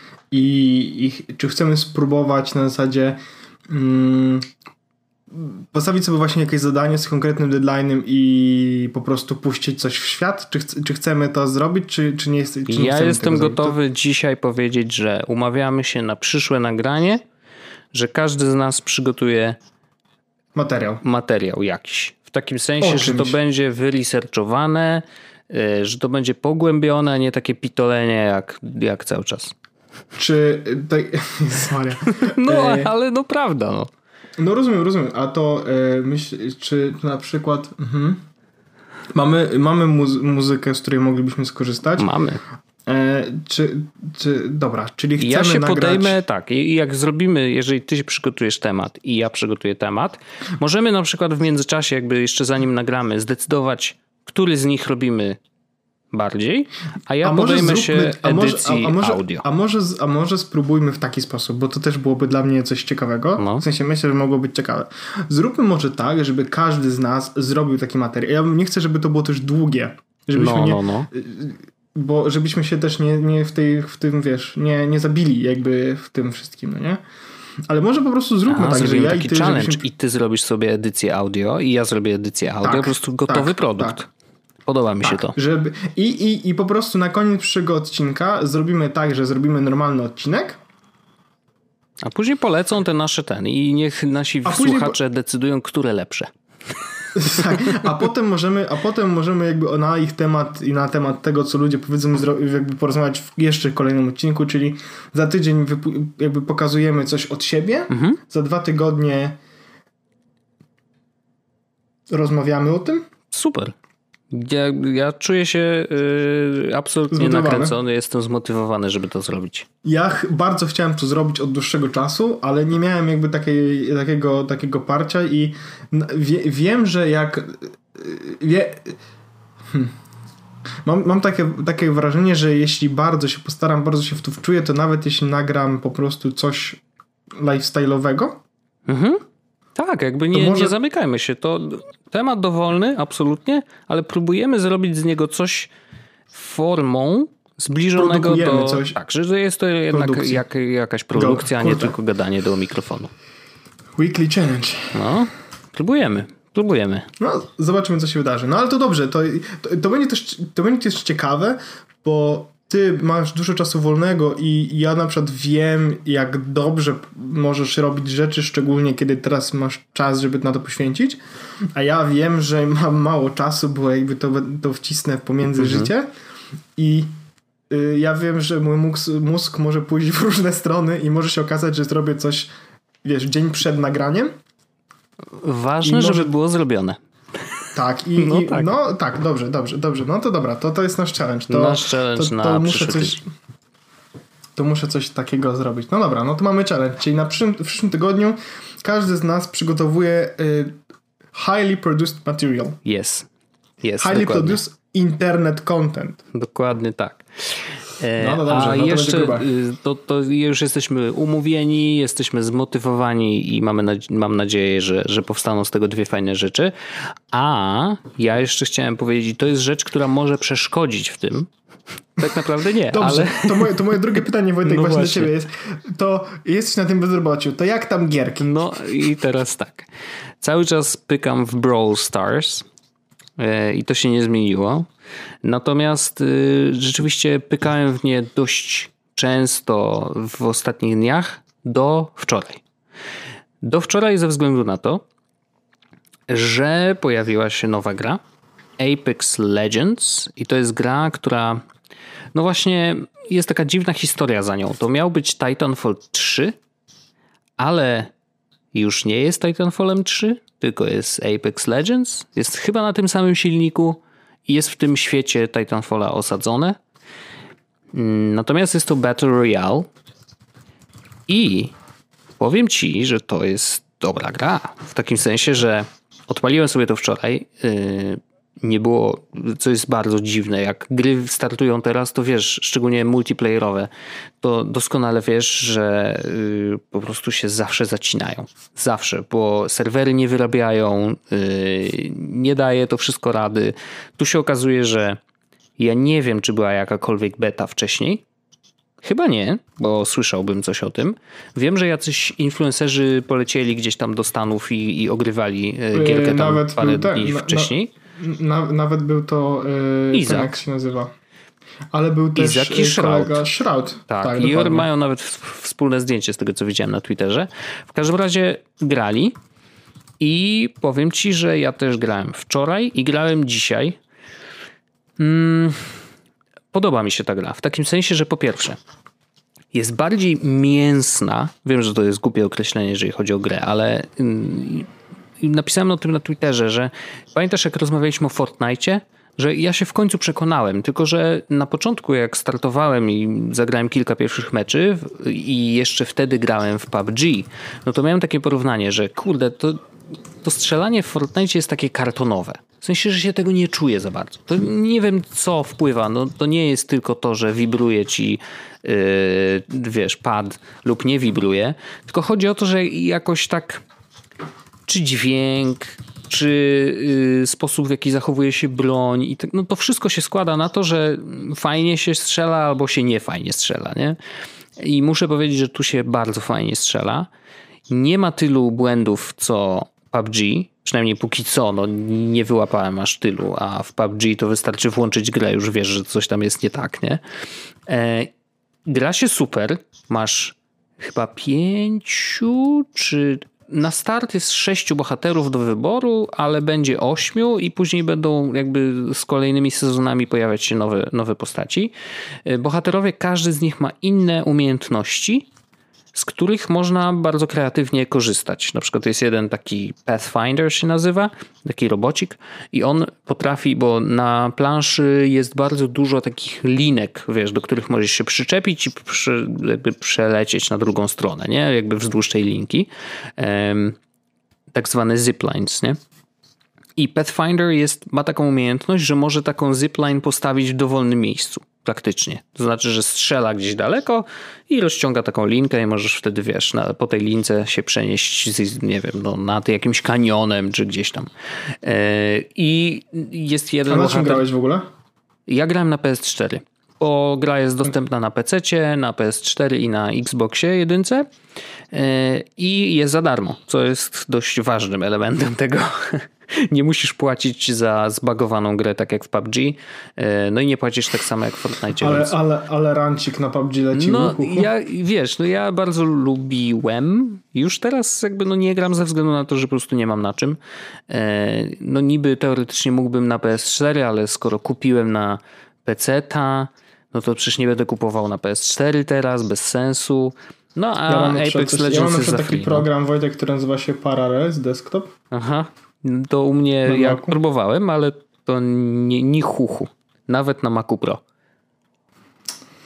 i, i czy chcemy spróbować na zasadzie Hmm, postawić sobie właśnie jakieś zadanie z konkretnym deadline'em i po prostu puścić coś w świat? Czy, ch- czy chcemy to zrobić, czy, czy nie, jest, czy nie Ja chcemy jestem tego gotowy zrobić? dzisiaj powiedzieć, że umawiamy się na przyszłe nagranie, że każdy z nas przygotuje materiał. Materiał jakiś. W takim sensie, O, że to będzie wyresearchowane, że to będzie pogłębione, a nie takie pitolenie jak, jak cały czas. Czy... Tej, Maria. No, ale no prawda, no. No rozumiem, rozumiem. A to e, myśl, czy na przykład mhm. mamy, mamy muzy- muzykę, z której moglibyśmy skorzystać? Mamy. E, czy, czy, dobra, czyli chcemy Ja się nagrać... podejmę, tak, i jak zrobimy, jeżeli ty przygotujesz temat i ja przygotuję temat, możemy na przykład w międzyczasie, jakby jeszcze zanim nagramy, zdecydować, który z nich robimy bardziej, a ja a podejmę zróbmy, się a może, edycji a, a może, audio. A może, a może spróbujmy w taki sposób, bo to też byłoby dla mnie coś ciekawego. No. W sensie myślę, że mogło być ciekawe. Zróbmy może tak, żeby każdy z nas zrobił taki materiał. Ja nie chcę, żeby to było też długie. Żebyśmy no, nie, no, no. Bo żebyśmy się też nie, nie w, tej, w tym, wiesz, nie, nie zabili jakby w tym wszystkim, no nie? Ale może po prostu zróbmy Aha, tak, że ja taki i ty... challenge żebyśmy... i ty zrobisz sobie edycję audio i ja zrobię edycję audio, tak, po prostu gotowy tak, produkt. Tak. Podoba mi tak, się to. Żeby... I, i, I po prostu na koniec przyszłego odcinka zrobimy tak, że zrobimy normalny odcinek. A później polecą te nasze ten i niech nasi a słuchacze po... decydują, które lepsze. Tak, a potem możemy, a potem możemy jakby na ich temat i na temat tego, co ludzie powiedzą, jakby porozmawiać w jeszcze kolejnym odcinku, czyli za tydzień jakby pokazujemy coś od siebie, mhm. za dwa tygodnie rozmawiamy o tym. Super. Ja, ja czuję się yy, absolutnie nakręcony, jestem zmotywowany, żeby to zrobić. Ja ch- bardzo chciałem to zrobić od dłuższego czasu, ale nie miałem jakby takiej, takiego, takiego parcia i wie, wiem, że jak wie, hmm. mam, mam takie, takie wrażenie, że jeśli bardzo się postaram, bardzo się w to wczuję, to nawet jeśli nagram po prostu coś lifestyle'owego. Mhm. Tak, jakby nie, może... nie zamykajmy się. To temat dowolny, absolutnie, ale próbujemy zrobić z niego coś formą zbliżonego do... Coś. Tak, że jest to jednak jak, jakaś produkcja, a nie tylko gadanie do mikrofonu. Weekly challenge. No, próbujemy. Próbujemy. No, zobaczymy, co się wydarzy. No, ale to dobrze. To, to, to, będzie, też, to będzie też ciekawe, bo ty masz dużo czasu wolnego i ja na przykład wiem, jak dobrze możesz robić rzeczy, szczególnie kiedy teraz masz czas, żeby na to poświęcić, a ja wiem, że mam mało czasu, bo jakby to, to wcisnę pomiędzy mhm. życie i y, ja wiem, że mój mózg, mózg może pójść w różne strony i może się okazać, że zrobię coś, wiesz, dzień przed nagraniem. Ważne, może... żeby było zrobione. Tak, i, no, i tak. no tak, dobrze, dobrze, dobrze. No to dobra, to, to jest nasz challenge. To, nasz challenge to, na to muszę coś, to muszę coś takiego zrobić. No dobra, no to mamy challenge, czyli na przyszłym, w przyszłym tygodniu każdy z nas przygotowuje y, highly produced material. Yes. yes highly dokładnie. produced internet content. Dokładnie tak. No, no dobrze, A no to jeszcze to, to już jesteśmy umówieni, jesteśmy zmotywowani i mamy, mam nadzieję, że, że powstaną z tego dwie fajne rzeczy. A ja jeszcze chciałem powiedzieć, to jest rzecz, która może przeszkodzić w tym. Tak naprawdę nie. Dobrze, ale... to, moje, to moje drugie pytanie, Wojtek, no właśnie, właśnie do ciebie jest. To jesteś na tym bezrobociu, to jak tam gierki? No i teraz tak. Cały czas pykam w Brawl Stars yy, i to się nie zmieniło. Natomiast yy, rzeczywiście pykałem w nie dość często w ostatnich dniach do wczoraj. Do wczoraj ze względu na to, że pojawiła się nowa gra Apex Legends i to jest gra, która no właśnie jest taka dziwna historia za nią. To miał być Titanfall trzy, ale już nie jest Titanfallem trzy, tylko jest Apex Legends. Jest chyba na tym samym silniku i jest w tym świecie Titanfalla osadzone. Natomiast jest to Battle Royale i powiem ci, że to jest dobra gra. W takim sensie, że odpaliłem sobie to wczoraj. Yy, nie było, co jest bardzo dziwne, jak gry startują teraz, to wiesz, szczególnie multiplayerowe, to doskonale wiesz, że yy, po prostu się zawsze zacinają. Zawsze, bo serwery nie wyrabiają, yy, nie daje to wszystko rady. Tu się okazuje, że ja nie wiem, czy była jakakolwiek beta wcześniej. Chyba nie, bo słyszałbym coś o tym. Wiem, że jacyś influencerzy polecieli gdzieś tam do Stanów i, i ogrywali gierkę tam nawet parę ten, dni na, wcześniej. Na, nawet był to yy, Izak. ten, jak się nazywa. Ale był też Izak i kolega Shroud. Tak, tak i dokładnie. mają nawet wspólne zdjęcie z tego, co widziałem na Twitterze. W każdym razie grali i powiem ci, że ja też grałem wczoraj i grałem dzisiaj. Hmm, podoba mi się ta gra. W takim sensie, że po pierwsze jest bardziej mięsna. Wiem, że to jest głupie określenie, jeżeli chodzi o grę, ale hmm, napisałem o tym na Twitterze, że pamiętasz, jak rozmawialiśmy o Fortnite'cie, że ja się w końcu przekonałem, tylko że na początku jak startowałem i zagrałem kilka pierwszych meczy i jeszcze wtedy grałem w P U B G, no to miałem takie porównanie, że kurde, to, to strzelanie w Fortnite jest takie kartonowe. W sensie, że się tego nie czuję za bardzo. To nie wiem, co wpływa. No, to nie jest tylko to, że wibruje ci yy, wiesz, pad lub nie wibruje, tylko chodzi o to, że jakoś tak czy dźwięk, czy y, sposób, w jaki zachowuje się broń i tak, no to wszystko się składa na to, że fajnie się strzela albo się nie fajnie strzela, nie? I muszę powiedzieć, że tu się bardzo fajnie strzela. Nie ma tylu błędów co P U B G, przynajmniej póki co, no nie wyłapałem aż tylu, a w P U B G to wystarczy włączyć grę, już wiesz, że coś tam jest nie tak, nie? E, gra się super, masz chyba pięciu czy na start jest sześciu bohaterów do wyboru, ale będzie ośmiu i później będą jakby z kolejnymi sezonami pojawiać się nowe, nowe postaci. Bohaterowie, każdy z nich ma inne umiejętności, z których można bardzo kreatywnie korzystać. Na przykład jest jeden taki Pathfinder się nazywa, taki robocik i on potrafi, bo na planszy jest bardzo dużo takich linek, wiesz, do których możesz się przyczepić i przy, jakby przelecieć na drugą stronę, nie? Jakby wzdłuż tej linki. Um, tak zwane ziplines, nie? I Pathfinder jest, ma taką umiejętność, że może taką zipline postawić w dowolnym miejscu. Praktycznie. To znaczy, że strzela gdzieś daleko i rozciąga taką linkę i możesz wtedy, wiesz, na, po tej lince się przenieść, z, nie wiem, no, nad jakimś kanionem czy gdzieś tam. Yy, I jest jeden... A na bohater... czym grałeś w ogóle? Ja grałem na P S cztery. Bo gra jest dostępna na pececie, na P S cztery i na Xboxie jedynce yy, i jest za darmo, co jest dość ważnym elementem tego. Nie musisz płacić za zbagowaną grę tak jak w P U B G. No i nie płacisz tak samo jak w Fortnite. Ale, więc... ale, ale rancik na P U B G leci. No uchu, uchu. ja, wiesz, no ja bardzo lubiłem. Już teraz jakby no nie gram ze względu na to, że po prostu nie mam na czym. No niby teoretycznie mógłbym na P S cztery, ale skoro kupiłem na peceta, no to przecież nie będę kupował na P S cztery teraz, bez sensu. No a ja mam Apex coś, Legends ja mam na jest za taki free, program, Wojtek, który nazywa się Parallels Desktop. Aha. To u mnie, na ja Macu? próbowałem, ale to nie, nie chuchu. Nawet na Macu Pro.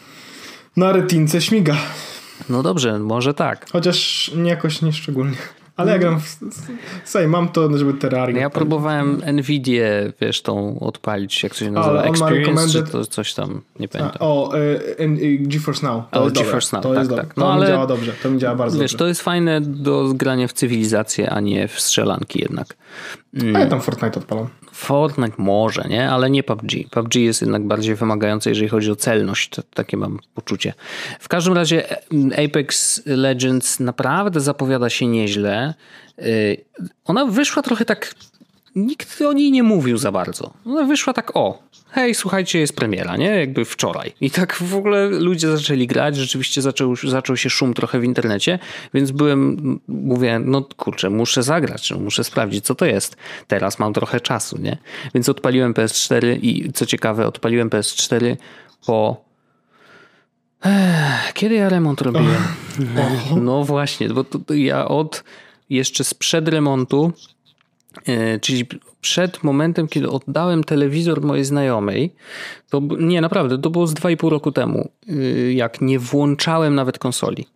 Na retince śmiga. No dobrze, może tak. Chociaż nie jakoś nieszczególnie. Ale ja gram w... Słuchaj, mam to, żeby Terraria. Ja próbowałem Nvidię, wiesz, tą odpalić, jak to się nazywa, Experience, czy to coś tam, nie pamiętam. A, o, y, GeForce Now. To o, jest GeForce dobre. Now, to jest tak, dobre. tak. No, to ale mi działa dobrze, to mi działa bardzo wiesz, dobrze. to jest fajne do grania w cywilizację, a nie w strzelanki jednak. A ja tam Fortnite odpalam. Fortnite może, nie? Ale nie P U B G. P U B G jest jednak bardziej wymagające, jeżeli chodzi o celność. To, takie mam poczucie. W każdym razie Apex Legends naprawdę zapowiada się nieźle. Ona wyszła trochę tak... Nikt o niej nie mówił za bardzo. Ona wyszła tak o... Hej, słuchajcie, jest premiera, nie? Jakby wczoraj. I tak w ogóle ludzie zaczęli grać, rzeczywiście zaczął, zaczął się szum trochę w internecie, więc byłem, mówię, no kurczę, muszę zagrać, muszę sprawdzić, co to jest. Teraz mam trochę czasu, nie? Więc odpaliłem P S cztery i co ciekawe, odpaliłem P S cztery po... Ech, kiedy ja remont robiłem? Oh. No właśnie, bo to, to ja od jeszcze sprzed remontu, yy, czyli przed momentem, kiedy oddałem telewizor mojej znajomej, to nie, naprawdę, to było z dwa i pół roku temu, jak nie włączałem nawet konsoli.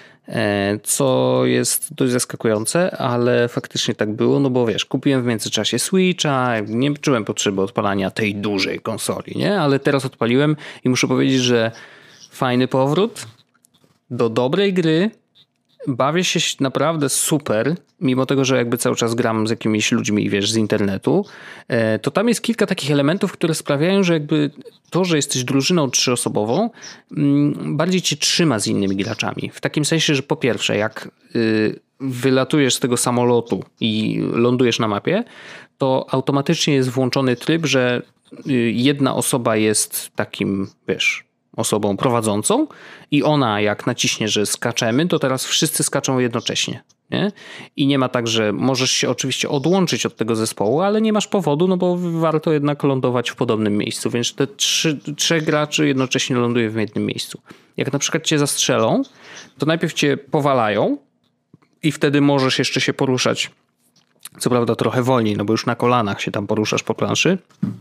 Co jest dość zaskakujące, ale faktycznie tak było, no bo wiesz, kupiłem w międzyczasie Switcha, nie czułem potrzeby odpalania tej dużej konsoli, nie? Ale teraz odpaliłem i muszę powiedzieć, że fajny powrót do dobrej gry. Bawię się naprawdę super, mimo tego, że jakby cały czas gram z jakimiś ludźmi, wiesz, z internetu, to tam jest kilka takich elementów, które sprawiają, że jakby to, że jesteś drużyną trzyosobową, bardziej cię trzyma z innymi graczami. W takim sensie, że po pierwsze, jak wylatujesz z tego samolotu i lądujesz na mapie, to automatycznie jest włączony tryb, że jedna osoba jest takim, wiesz... osobą prowadzącą i ona jak naciśnie, że skaczemy, to teraz wszyscy skaczą jednocześnie. Nie? I nie ma tak, że możesz się oczywiście odłączyć od tego zespołu, ale nie masz powodu, no bo warto jednak lądować w podobnym miejscu, więc te trzy, trzech graczy jednocześnie ląduje w jednym miejscu. Jak na przykład cię zastrzelą, to najpierw cię powalają i wtedy możesz jeszcze się poruszać, co prawda trochę wolniej, no bo już na kolanach się tam poruszasz po planszy.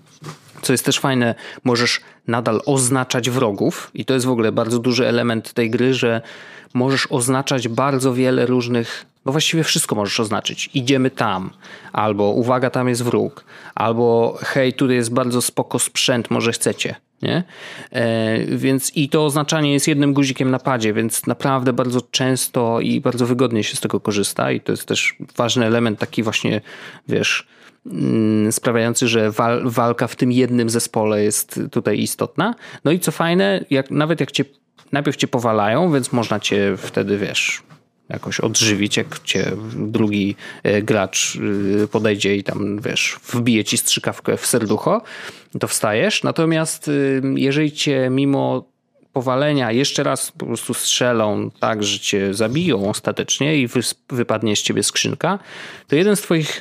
Co jest też fajne, możesz nadal oznaczać wrogów i to jest w ogóle bardzo duży element tej gry, że możesz oznaczać bardzo wiele różnych, no właściwie wszystko możesz oznaczyć. Idziemy tam, albo uwaga, tam jest wróg, albo hej, tutaj jest bardzo spoko sprzęt, może chcecie, nie? E, więc i to oznaczanie jest jednym guzikiem na padzie, więc naprawdę bardzo często i bardzo wygodnie się z tego korzysta i to jest też ważny element taki właśnie, wiesz... sprawiający, że wal, walka w tym jednym zespole jest tutaj istotna. No i co fajne, jak, nawet jak cię najpierw cię powalają, więc można cię wtedy, wiesz, jakoś odżywić, jak cię drugi gracz podejdzie i tam, wiesz, wbije ci strzykawkę w serducho, to wstajesz. Natomiast jeżeli cię mimo powalenia jeszcze raz po prostu strzelą tak, że cię zabiją ostatecznie i wypadnie z ciebie skrzynka, to jeden z twoich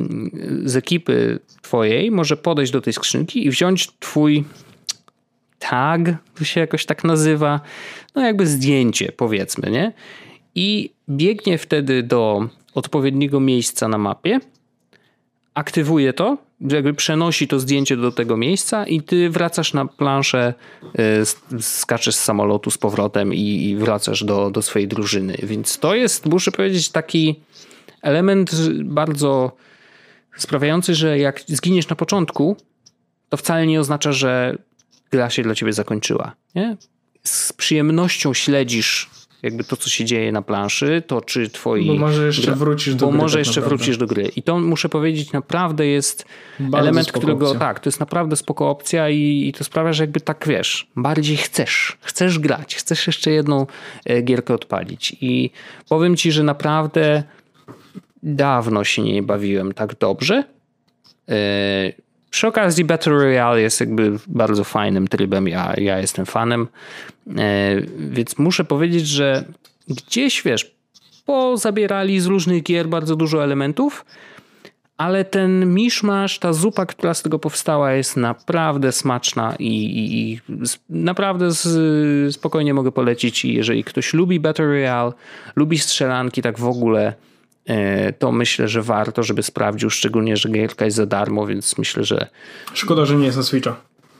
z ekipy twojej może podejść do tej skrzynki i wziąć twój tag, to się jakoś tak nazywa, no jakby zdjęcie powiedzmy, nie? I biegnie wtedy do odpowiedniego miejsca na mapie, aktywuje to, jakby przenosi to zdjęcie do tego miejsca i ty wracasz na planszę, skaczesz z samolotu z powrotem i wracasz do, do swojej drużyny. Więc to jest, muszę powiedzieć, taki element bardzo sprawiający, że jak zginiesz na początku, to wcale nie oznacza, że gra się dla ciebie zakończyła. Nie? Z przyjemnością śledzisz jakby to, co się dzieje na planszy, to czy twoi... Bo może jeszcze gra... wrócisz do Bo gry. może tak jeszcze naprawdę. wrócisz do gry. I to muszę powiedzieć, naprawdę jest bardzo element, którego... Opcja. Tak, to jest naprawdę spoko opcja i, i to sprawia, że jakby tak, wiesz, bardziej chcesz. Chcesz grać. Chcesz jeszcze jedną gierkę odpalić. I powiem ci, że naprawdę dawno się nie bawiłem tak dobrze. Yy, Przy okazji Battle Royale jest jakby bardzo fajnym trybem, ja, ja jestem fanem, więc muszę powiedzieć, że gdzieś, wiesz, pozabierali z różnych gier bardzo dużo elementów, ale ten miszmasz, ta zupa, która z tego powstała jest naprawdę smaczna i, i, i naprawdę z, spokojnie mogę polecić i jeżeli ktoś lubi Battle Royale, lubi strzelanki tak w ogóle, to myślę, że warto, żeby sprawdził, szczególnie, że gierka jest za darmo, więc myślę, że... Szkoda, że nie jest na Switcha.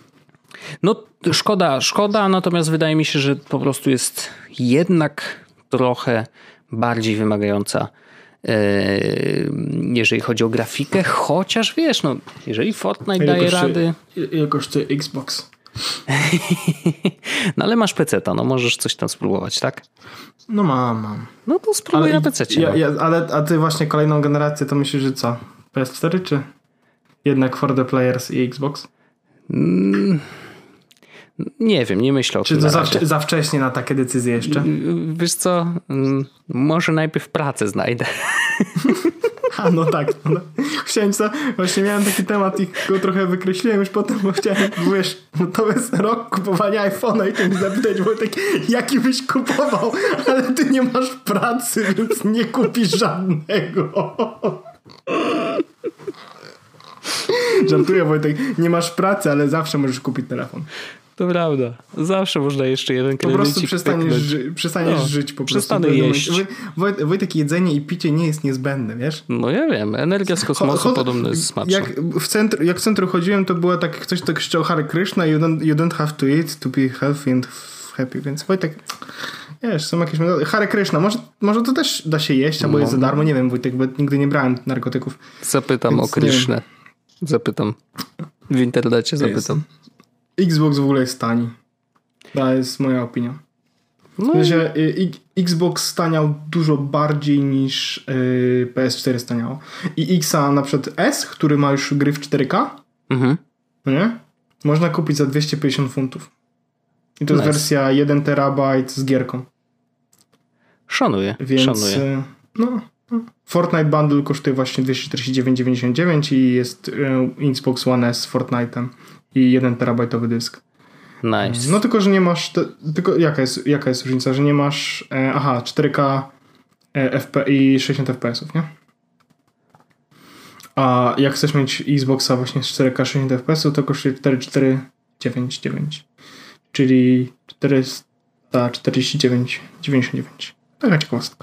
No szkoda, szkoda, natomiast wydaje mi się, że po prostu jest jednak trochę bardziej wymagająca jeżeli chodzi o grafikę, chociaż wiesz, no, jeżeli Fortnite daje kosztuje, rady... Ile kosztuje Xbox? No ale masz peceta, no możesz coś tam spróbować, tak? No mam, mam. No to spróbuj na pececie. Ja, no. ja, ale a ty właśnie kolejną generację to myślisz, że co? P S cztery czy jednak for the players i Xbox? Mm, nie wiem, nie myślę o czy tym. Czy to za, za wcześnie na takie decyzje jeszcze? Wiesz co, może najpierw pracę znajdę. A no tak. No. Chciałem co? Właśnie miałem taki temat i go trochę wykreśliłem już potem, bo chciałem, bo wiesz, no to jest rok kupowania iPhone'a i chciałem zapytać, bo tak, jaki byś kupował, ale ty nie masz pracy, więc nie kupisz żadnego. Żartuję, Wojtek, nie masz pracy, ale zawsze możesz kupić telefon. To prawda. Zawsze można jeszcze jeden kredycik Po prostu przestaniesz, ży- przestaniesz no, żyć po prostu. Przestanę jeść. Wojtek, Wojtek, jedzenie i picie nie jest niezbędne, wiesz? No ja wiem. Energia z kosmosu podobno jest smaczna. Jak w, centru, jak w centrum chodziłem, to było tak, ktoś tak krzyczał Hare Krishna, you don't, you don't have to eat to be healthy and happy, więc Wojtek, wiesz, są jakieś... Hare Krishna, może, może to też da się jeść, albo no. jest za darmo, nie wiem, Wojtek, bo nigdy nie brałem narkotyków. Zapytam o Krishnę. Zapytam. W internecie zapytam. Xbox w ogóle jest tani. To jest moja opinia. No. W sensie, y, Xbox staniał dużo bardziej niż y, P S cztery staniało. I Xa na przykład S, który ma już gry w cztery K, mhm. no nie? Można kupić za dwieście pięćdziesiąt funtów. I to nice. Jest wersja jeden terabajt z gierką. Szanuję. Więc Szanuję. Y, no, no. Fortnite Bundle kosztuje właśnie dwieście czterdzieści dziewięć dziewięćdziesiąt dziewięć i jest y, Xbox One S z Fortnite'em i jeden terabajtowy dysk. Nice. No tylko, że nie masz... Te, tylko jaka jest, jaka jest różnica? Że nie masz... E, aha, cztery K e, F P i sześćdziesiąt F P S ów, nie? A jak chcesz mieć Xboxa właśnie z cztery K sześćdziesiąt F P S ów, to kosztuje cztery cztery dziewięć dziewięć. Czyli czterysta czterdzieści dziewięć dziewięćdziesiąt dziewięć. Taka ciekawostka.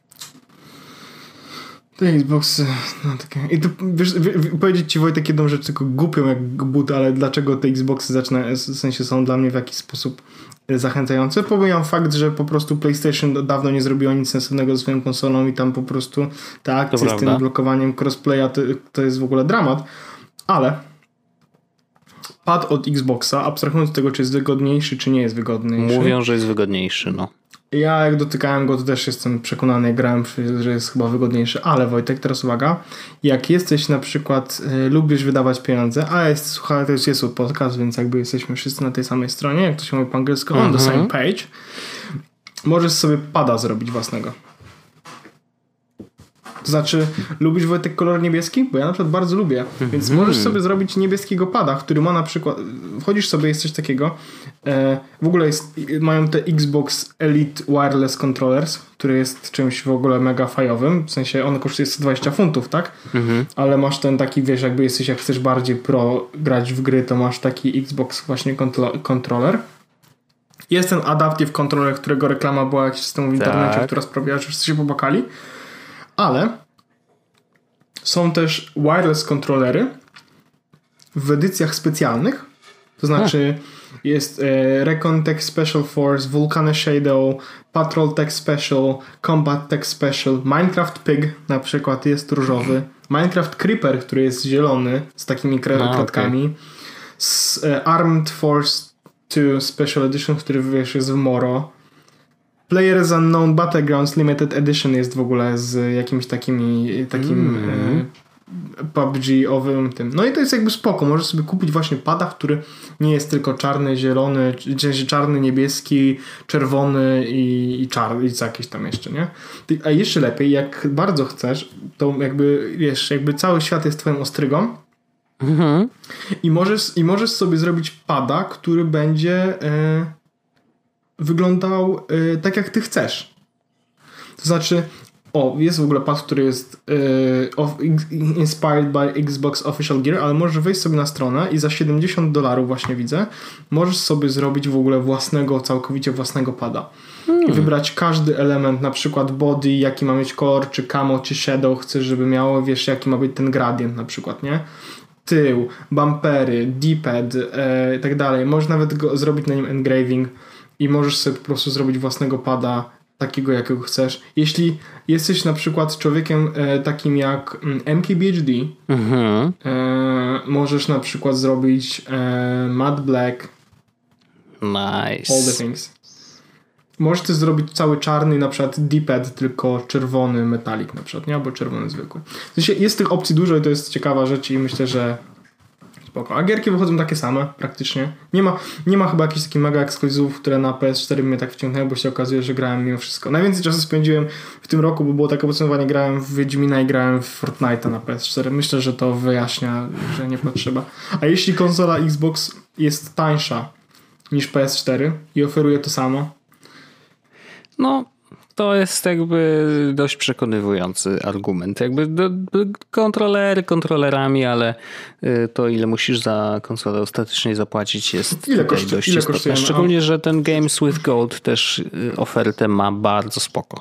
Te Xboxy, no takie... I tu, wiesz, w, w, powiedzieć ci, Wojtek, jedną rzecz, tylko głupią jak but, ale dlaczego te Xboxy zaczyna, w sensie są dla mnie w jakiś sposób zachęcające? Pomijam fakt, że po prostu PlayStation dawno nie zrobiło nic sensownego ze swoją konsolą i tam po prostu ta akcja z tym blokowaniem crossplaya to, to jest w ogóle dramat, ale pad od Xboxa, abstrahując od tego, czy jest wygodniejszy, czy nie jest wygodniejszy. Mówią, że jest wygodniejszy, no. Ja jak dotykałem go, to też jestem przekonany, grałem, że jest chyba wygodniejszy, ale Wojtek, teraz uwaga, jak jesteś na przykład, y, lubisz wydawać pieniądze, a jest, słuchaj, to jest jest podcast, więc jakby jesteśmy wszyscy na tej samej stronie, jak to się mówi po angielsku, on the same page, możesz sobie pada zrobić własnego. To znaczy, lubisz, Wojtek, kolor niebieski? Bo ja na przykład bardzo lubię. Mm-hmm. Więc możesz sobie zrobić niebieskiego pada, który ma na przykład... Wchodzisz sobie, jest coś takiego. E, w ogóle jest, mają te Xbox Elite Wireless Controllers, który jest czymś w ogóle mega fajowym. W sensie on kosztuje sto dwadzieścia funtów, tak? Mm-hmm. Ale masz ten taki, wiesz, jakby jesteś, jak chcesz bardziej pro grać w gry, to masz taki Xbox właśnie kontro- controller. Jest ten Adaptive Controller, którego reklama była jakiś z tym w internecie, tak, która sprawiała, że wszyscy się pobakali. Ale są też wireless kontrolery w edycjach specjalnych. To znaczy hmm. jest e, Recon Tech Special Force, Vulcane Shadow, Patrol Tech Special, Combat Tech Special, Minecraft Pig na przykład jest różowy, Minecraft Creeper, który jest zielony z takimi kre- no, kratkami, okay. z, e, Armed Force two Special Edition, który wiesz jest w Moro. Players Unknown Battlegrounds Limited Edition jest w ogóle z jakimiś takimi takim mm. e, P U B G-owym tym. No i to jest jakby spoko. Możesz sobie kupić właśnie pada, który nie jest tylko czarny, zielony, czy czarny, niebieski, czerwony i, i czarny i co jakieś tam jeszcze, nie? A jeszcze lepiej, jak bardzo chcesz, to jakby wiesz, jakby cały świat jest twoją ostrygą mm-hmm. i możesz i możesz sobie zrobić pada, który będzie e, wyglądał y, tak, jak ty chcesz. To znaczy, o, jest w ogóle pad, który jest y, of, inspired by Xbox Official Gear, ale możesz wejść sobie na stronę i za siedemdziesiąt dolarów właśnie widzę, możesz sobie zrobić w ogóle własnego, całkowicie własnego pada. Hmm. I wybrać każdy element, na przykład body, jaki ma mieć kolor, czy camo, czy shadow, chcesz, żeby miało, wiesz, jaki ma być ten gradient na przykład, nie? Tył, bumpery, D-pad i e, tak dalej. Możesz nawet go zrobić na nim engraving i możesz sobie po prostu zrobić własnego pada takiego, jakiego chcesz. Jeśli jesteś na przykład człowiekiem e, takim jak M K B H D, mhm. e, możesz na przykład zrobić e, matte black. Nice. All the things. Możesz też zrobić cały czarny, na przykład D-pad, tylko czerwony metalik na przykład, nie? Albo czerwony zwykły. W sensie jest tych opcji dużo i to jest ciekawa rzecz i myślę, że spoko. A gierki wychodzą takie same praktycznie. Nie ma, nie ma chyba jakichś takich mega ekskluzywów, które na P S cztery mnie tak wciągnęły, bo się okazuje, że grałem mimo wszystko. Najwięcej czasu spędziłem w tym roku, bo było takie podsumowanie, grałem w Wiedźmina i grałem w Fortnite'a na P S cztery. Myślę, że to wyjaśnia, że nie potrzeba. A jeśli konsola Xbox jest tańsza niż P S cztery i oferuje to samo, no to jest jakby dość przekonywujący argument. Jakby do, do kontrolery kontrolerami, ale to ile musisz za konsolę ostatecznie zapłacić jest ile kosztuje, dość ile istotne. Szczególnie, że ten Games with Gold też ofertę ma bardzo spoko.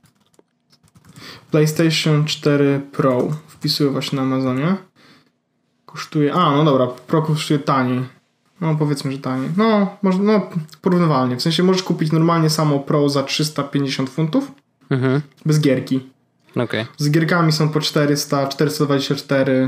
PlayStation cztery Pro wpisuję właśnie na Amazonie. Kosztuje... A, no dobra, Pro kosztuje taniej. No powiedzmy, że taniej. No, może, no porównywalnie. W sensie możesz kupić normalnie samo Pro za trzysta pięćdziesiąt funtów. Mhm. Bez gierki. Okay. Z gierkami są po czterysta, czterysta dwadzieścia cztery,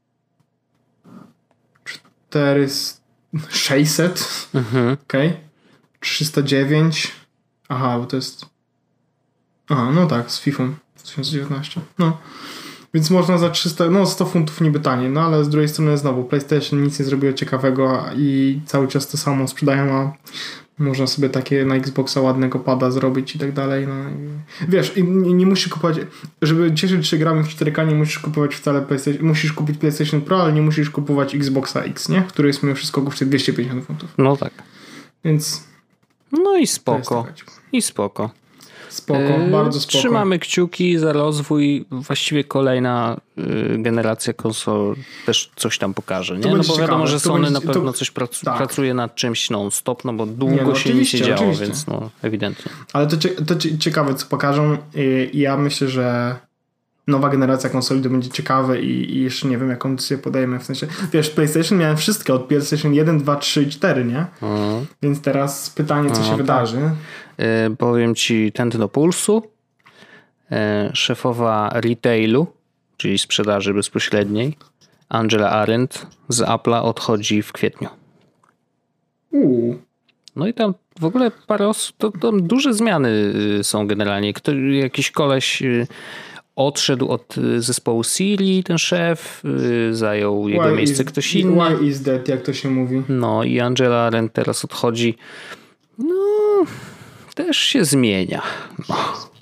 czterysta, sześćset. Mhm. Okej. Okay. trzysta dziewięć. Aha, bo to jest... Aha, no tak, z FIFA dwa tysiące dziewiętnaście. No. Więc można za trzysta, no sto funtów niby taniej, no ale z drugiej strony znowu PlayStation nic nie zrobiło ciekawego i cały czas to samo sprzedają, a można sobie takie na Xboxa ładnego pada zrobić i tak dalej. No i wiesz, i nie, nie musisz kupować, żeby cieszyć się grami w cztery K, nie musisz kupować wcale PlayStation, musisz kupić PlayStation Pro, ale nie musisz kupować Xboxa X, nie? Który jest mimo wszystko kosztuje dwieście pięćdziesiąt funtów. No tak. Więc... No i spoko. I spoko. Spoko, bardzo spoko. Trzymamy kciuki za rozwój. Właściwie kolejna y, generacja konsol też coś tam pokaże. Nie? No bo ciekawe. Wiadomo, że Sony będzie, na pewno to, coś prac, tak. pracuje nad czymś non-stop, no bo długo nie, no, się nic nie działo, oczywiście. Więc no ewidentnie. Ale to, to ciekawe, co pokażą. I ja myślę, że nowa generacja konsoli to będzie ciekawe i, i jeszcze nie wiem, jaką decyzję podejmę. W sensie, wiesz, PlayStation miałem wszystkie od PlayStation jeden, dwa, trzy i cztery, nie? Mhm. Więc teraz pytanie, co no, się tak. wydarzy. Yy, powiem ci tętno pulsu. Yy, szefowa retailu, czyli sprzedaży bezpośredniej, Angela Arendt z Apple'a odchodzi w kwietniu. Uuu. No i tam w ogóle parę osób, to tam duże zmiany są generalnie. Kto, jakiś koleś odszedł od zespołu Siri, ten szef, zajął jego why miejsce is, ktoś inny. Why is that, jak to się mówi? No i Angela Arendt teraz odchodzi. No, też się zmienia. No,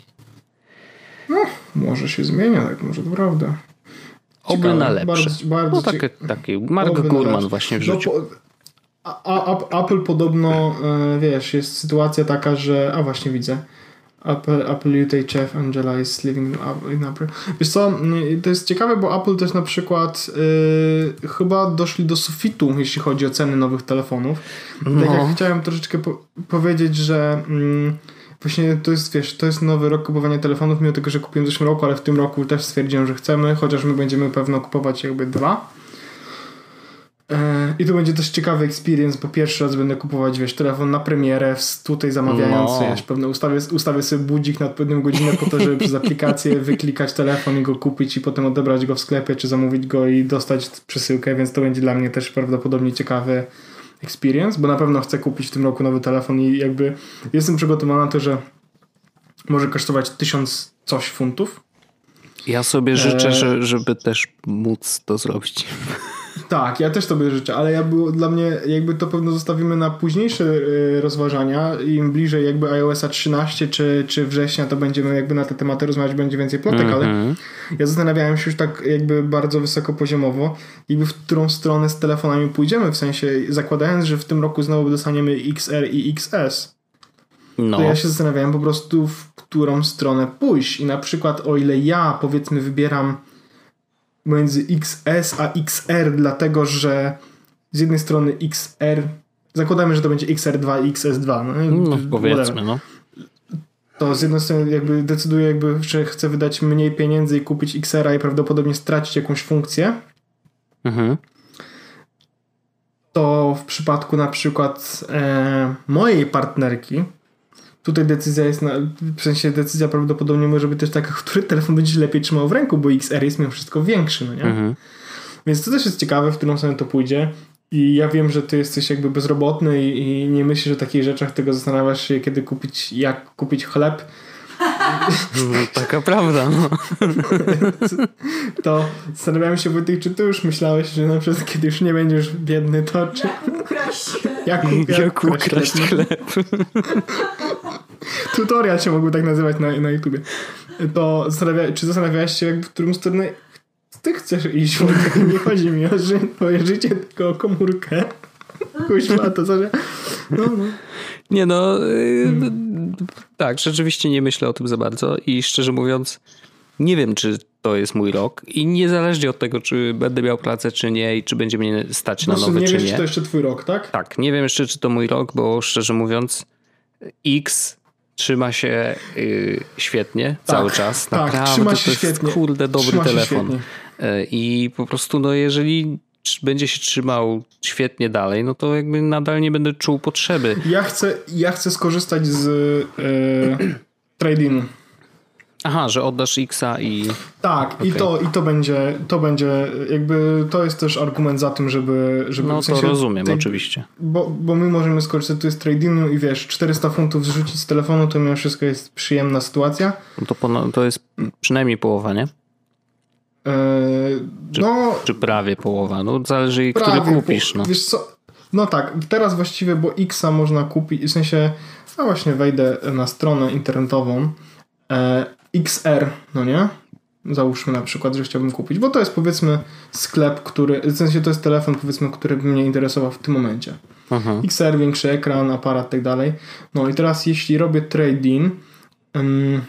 no może się zmienia, tak, może to prawda. Oby na lepsze. Bardzo, bardzo no taki, taki Mark Gurman właśnie wrzucił. No, a, a, Apple podobno, wiesz, jest sytuacja taka, że... A właśnie widzę. Apple, Apple U K Chief Angela is living in April. Wiesz co, to jest ciekawe, bo Apple też na przykład yy, chyba doszli do sufitu, jeśli chodzi o ceny nowych telefonów. No. Tak jak chciałem troszeczkę po- powiedzieć, że yy, właśnie to jest, wiesz, to jest nowy rok kupowania telefonów, mimo tego, że kupiłem w zeszłym roku, ale w tym roku też stwierdziłem, że chcemy, chociaż my będziemy pewno kupować jakby dwa. I to będzie też ciekawy experience, bo pierwszy raz będę kupować, wiesz, telefon na premierę, tutaj zamawiając, no. wiesz, pewno ustawię, ustawię sobie budzik na odpowiednią godzinę po to, żeby przez aplikację wyklikać telefon i go kupić i potem odebrać go w sklepie, czy zamówić go i dostać przesyłkę, więc to będzie dla mnie też prawdopodobnie ciekawy experience, bo na pewno chcę kupić w tym roku nowy telefon i jakby jestem przygotowany na to, że może kosztować tysiąc coś funtów. Ja sobie życzę, e... że, żeby też móc to zrobić. Tak, ja też tobie życzę, ale ja było, dla mnie jakby to pewno zostawimy na późniejsze y, rozważania. Im bliżej jakby iOS-a trzynaście czy, czy września, to będziemy jakby na te tematy rozmawiać, będzie więcej plotek, mm-hmm. ale ja zastanawiałem się już tak jakby bardzo wysokopoziomowo, jakby w którą stronę z telefonami pójdziemy, w sensie zakładając, że w tym roku znowu dostaniemy X R i X S. No. To ja się zastanawiałem po prostu, w którą stronę pójść i na przykład o ile ja powiedzmy wybieram między X S a X R, dlatego że z jednej strony X R, zakładamy, że to będzie X R dwa i X S dwa, no, no powiedzmy, no. To z jednej strony jakby decyduję, jakby, że chcę wydać mniej pieniędzy i kupić X R a i prawdopodobnie stracić jakąś funkcję. Mhm. To w przypadku na przykład e, mojej partnerki, tutaj decyzja jest, na, w sensie decyzja prawdopodobnie może być też taka, który telefon będziesz lepiej trzymał w ręku, bo X R jest mimo wszystko większy, no nie? Mhm. Więc to też jest ciekawe, w którą stronę to pójdzie. I ja wiem, że ty jesteś jakby bezrobotny i, i nie myślisz o takich rzeczach, tego zastanawiasz się, kiedy kupić, jak kupić chleb. No, taka prawda. No. To zastanawiałem się, Wojtek, czy ty już myślałeś, że na przykład kiedy już nie będziesz biedny, to czy... Jak ukraść chleb. Jak, jak, jak ukraść chleb. Tutorial się mógł tak nazywać na, na YouTubie. To zastanawia, czy zastanawiałeś się, jak, w którym stronę ty chcesz iść? Nie chodzi mi o ży- twoje życie, tylko o komórkę. Kuźma, to co, że... No, no. Nie no, hmm. tak, rzeczywiście nie myślę o tym za bardzo i szczerze mówiąc nie wiem, czy to jest mój rok i niezależnie od tego, czy będę miał pracę, czy nie i czy będzie mnie stać na nowe, nie czy wiesz, nie. Czy to jeszcze twój rok, tak? Tak, nie wiem jeszcze, czy to mój rok, bo szczerze mówiąc X trzyma się yy, świetnie tak, cały czas. Tak, naprawdę trzyma się to jest świetnie. kurde dobry trzyma telefon. Yy, I po prostu no jeżeli będzie się trzymał świetnie dalej, no to jakby nadal nie będę czuł potrzeby. Ja chcę, ja chcę skorzystać z yy, trade-inu. Aha, że oddasz X-a i... Tak, okay. i, to, i to będzie to będzie jakby, to jest też argument za tym, żeby... żeby no w sensie to rozumiem, tej, oczywiście. Bo, bo my możemy skorzystać tu z trade-inu i wiesz, czterysta funtów zrzucić z telefonu, to mimo wszystko jest przyjemna sytuacja. No to, pona- to jest przynajmniej połowa, nie? Yy, czy, no, czy prawie połowa, no zależy, który kupisz. No. Wiesz co, no tak, teraz właściwie, bo X-a można kupić, w sensie, no właśnie wejdę na stronę internetową, e, X R, no nie? Załóżmy na przykład, że chciałbym kupić, bo to jest powiedzmy sklep, który, w sensie to jest telefon powiedzmy, który by mnie interesował w tym momencie. Aha. X R, większy ekran, aparat i tak dalej. No i teraz jeśli robię trade-in, um,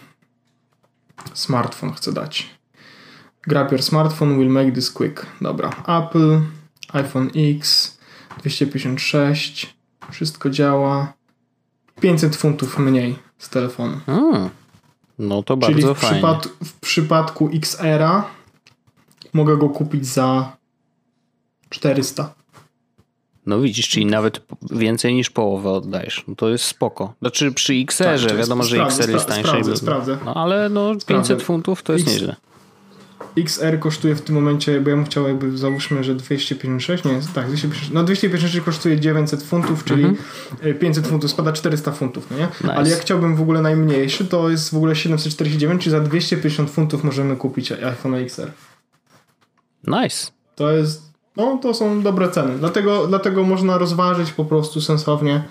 smartfon chcę dać. Grab your smartphone, will make this quick. Dobra. Apple, iPhone X, dwieście pięćdziesiąt sześć, wszystko działa. pięćset funtów mniej z telefonu. Hmm. No to bardzo Czyli w fajnie. Przypad- w przypadku X R-a mogę go kupić za czterysta. No widzisz, czyli nawet więcej niż połowę oddajesz. No to jest spoko. Znaczy przy X R-ze, tak, wiadomo, że X R jest tańszy. Sprawdzę, sprawdzę. No ale no pięćset funtów to jest X- nieźle. X R kosztuje w tym momencie, bo ja bym chciał jakby, załóżmy, że dwieście pięćdziesiąt sześć, nie, tak, dwieście pięćdziesiąt sześć, no dwieście pięćdziesiąt sześć kosztuje dziewięćset funtów, czyli mhm. pięćset funtów spada czterysta funtów, no nie? Nice. Ale jak chciałbym w ogóle najmniejszy, to jest w ogóle siedemset czterdzieści dziewięć, czyli za dwieście pięćdziesiąt funtów możemy kupić iPhone X R. Nice. To jest, no to są dobre ceny, dlatego, dlatego można rozważyć po prostu sensownie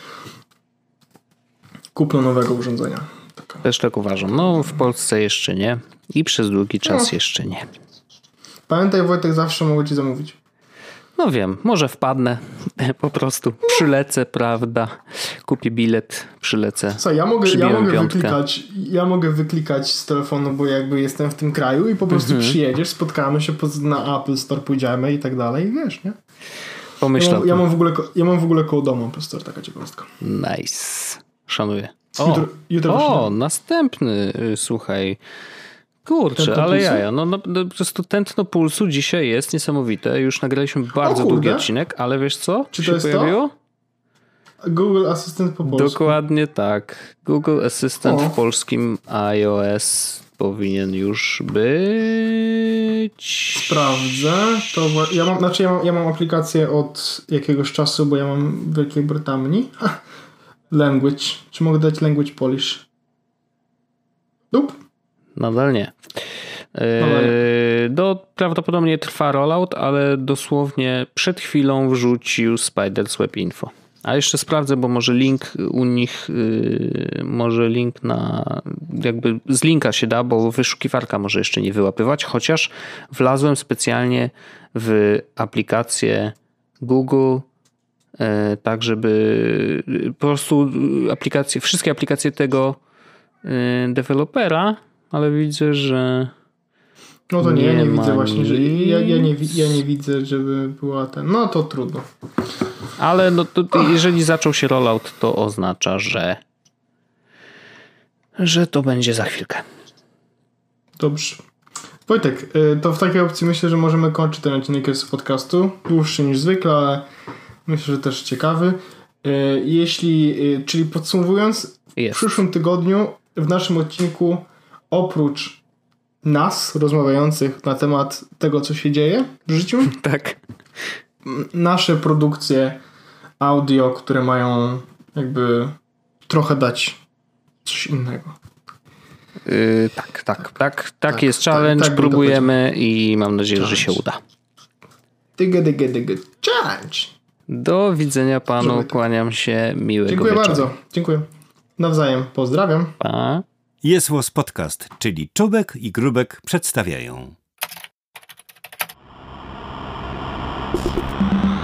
kupno nowego urządzenia. Taka. Też tak uważam. No w Polsce jeszcze nie i przez długi czas no. jeszcze nie. Pamiętaj, Wojtek, zawsze mogę ci zamówić. No wiem, może wpadnę, po prostu przylecę, prawda, kupię bilet, przylecę. Co, ja mogę, ja mogę wyklikać, ja mogę wyklikać z telefonu, bo jakby jestem w tym kraju i po prostu mhm. przyjedziesz, spotkamy się na Apple Store, pójdziemy i tak dalej, wiesz, nie? Pomyśl ja mam, ja mam w ogóle, ja mam w ogóle koło domu Apple Store, taka ciekawostka. Nice, szanuję. O, jutro, jutro o następny, słuchaj. Kurczę, tętno ale jaja. No, no, no, po prostu tętno pulsu dzisiaj jest niesamowite. Już nagraliśmy bardzo długi odcinek, ale wiesz co? Czy się to jest pojawiło? To? Google Assistant po polsku. Dokładnie tak. Google Assistant o. w polskim iOS powinien już być. Sprawdzę. To ja mam, znaczy ja mam, ja mam aplikację od jakiegoś czasu, bo ja mam w Wielkiej Brytanii. Language. Czy mogę dać Language Polish? Nope. Nadal nie. Yy, do, prawdopodobnie trwa rollout, ale dosłownie przed chwilą wrzucił Spiders Web Info. A jeszcze sprawdzę, bo może link u nich, yy, może link na, jakby z linka się da, bo wyszukiwarka może jeszcze nie wyłapywać, chociaż wlazłem specjalnie w aplikację Google, yy, tak żeby po prostu aplikacje, wszystkie aplikacje tego yy, dewelopera, ale widzę, że no to nie, nie ja nie widzę nic. właśnie, że ja, ja, nie, ja nie widzę, żeby była ten, no to trudno. Ale no to, to jeżeli zaczął się rollout, to oznacza, że że to będzie za chwilkę. Dobrze. Wojtek, to w takiej opcji myślę, że możemy kończyć ten odcinek z podcastu. Dłuższy niż zwykle, ale myślę, że też ciekawy. Jeśli, czyli podsumowując, Jest. w przyszłym tygodniu w naszym odcinku oprócz nas rozmawiających na temat tego, co się dzieje w życiu, tak. nasze produkcje audio, które mają jakby trochę dać coś innego. Yy, tak, tak, tak, tak, tak jest tak, challenge, tak, tak próbujemy i mam nadzieję, challenge. że się uda. Dyga, dyga, dyga, challenge. Do widzenia panu, tak. Kłaniam się, miłego Dziękuję wieczoru. bardzo, dziękuję. Nawzajem, pozdrawiam. Pa. Jest Łos Podcast, czyli Czubek i Grubek przedstawiają.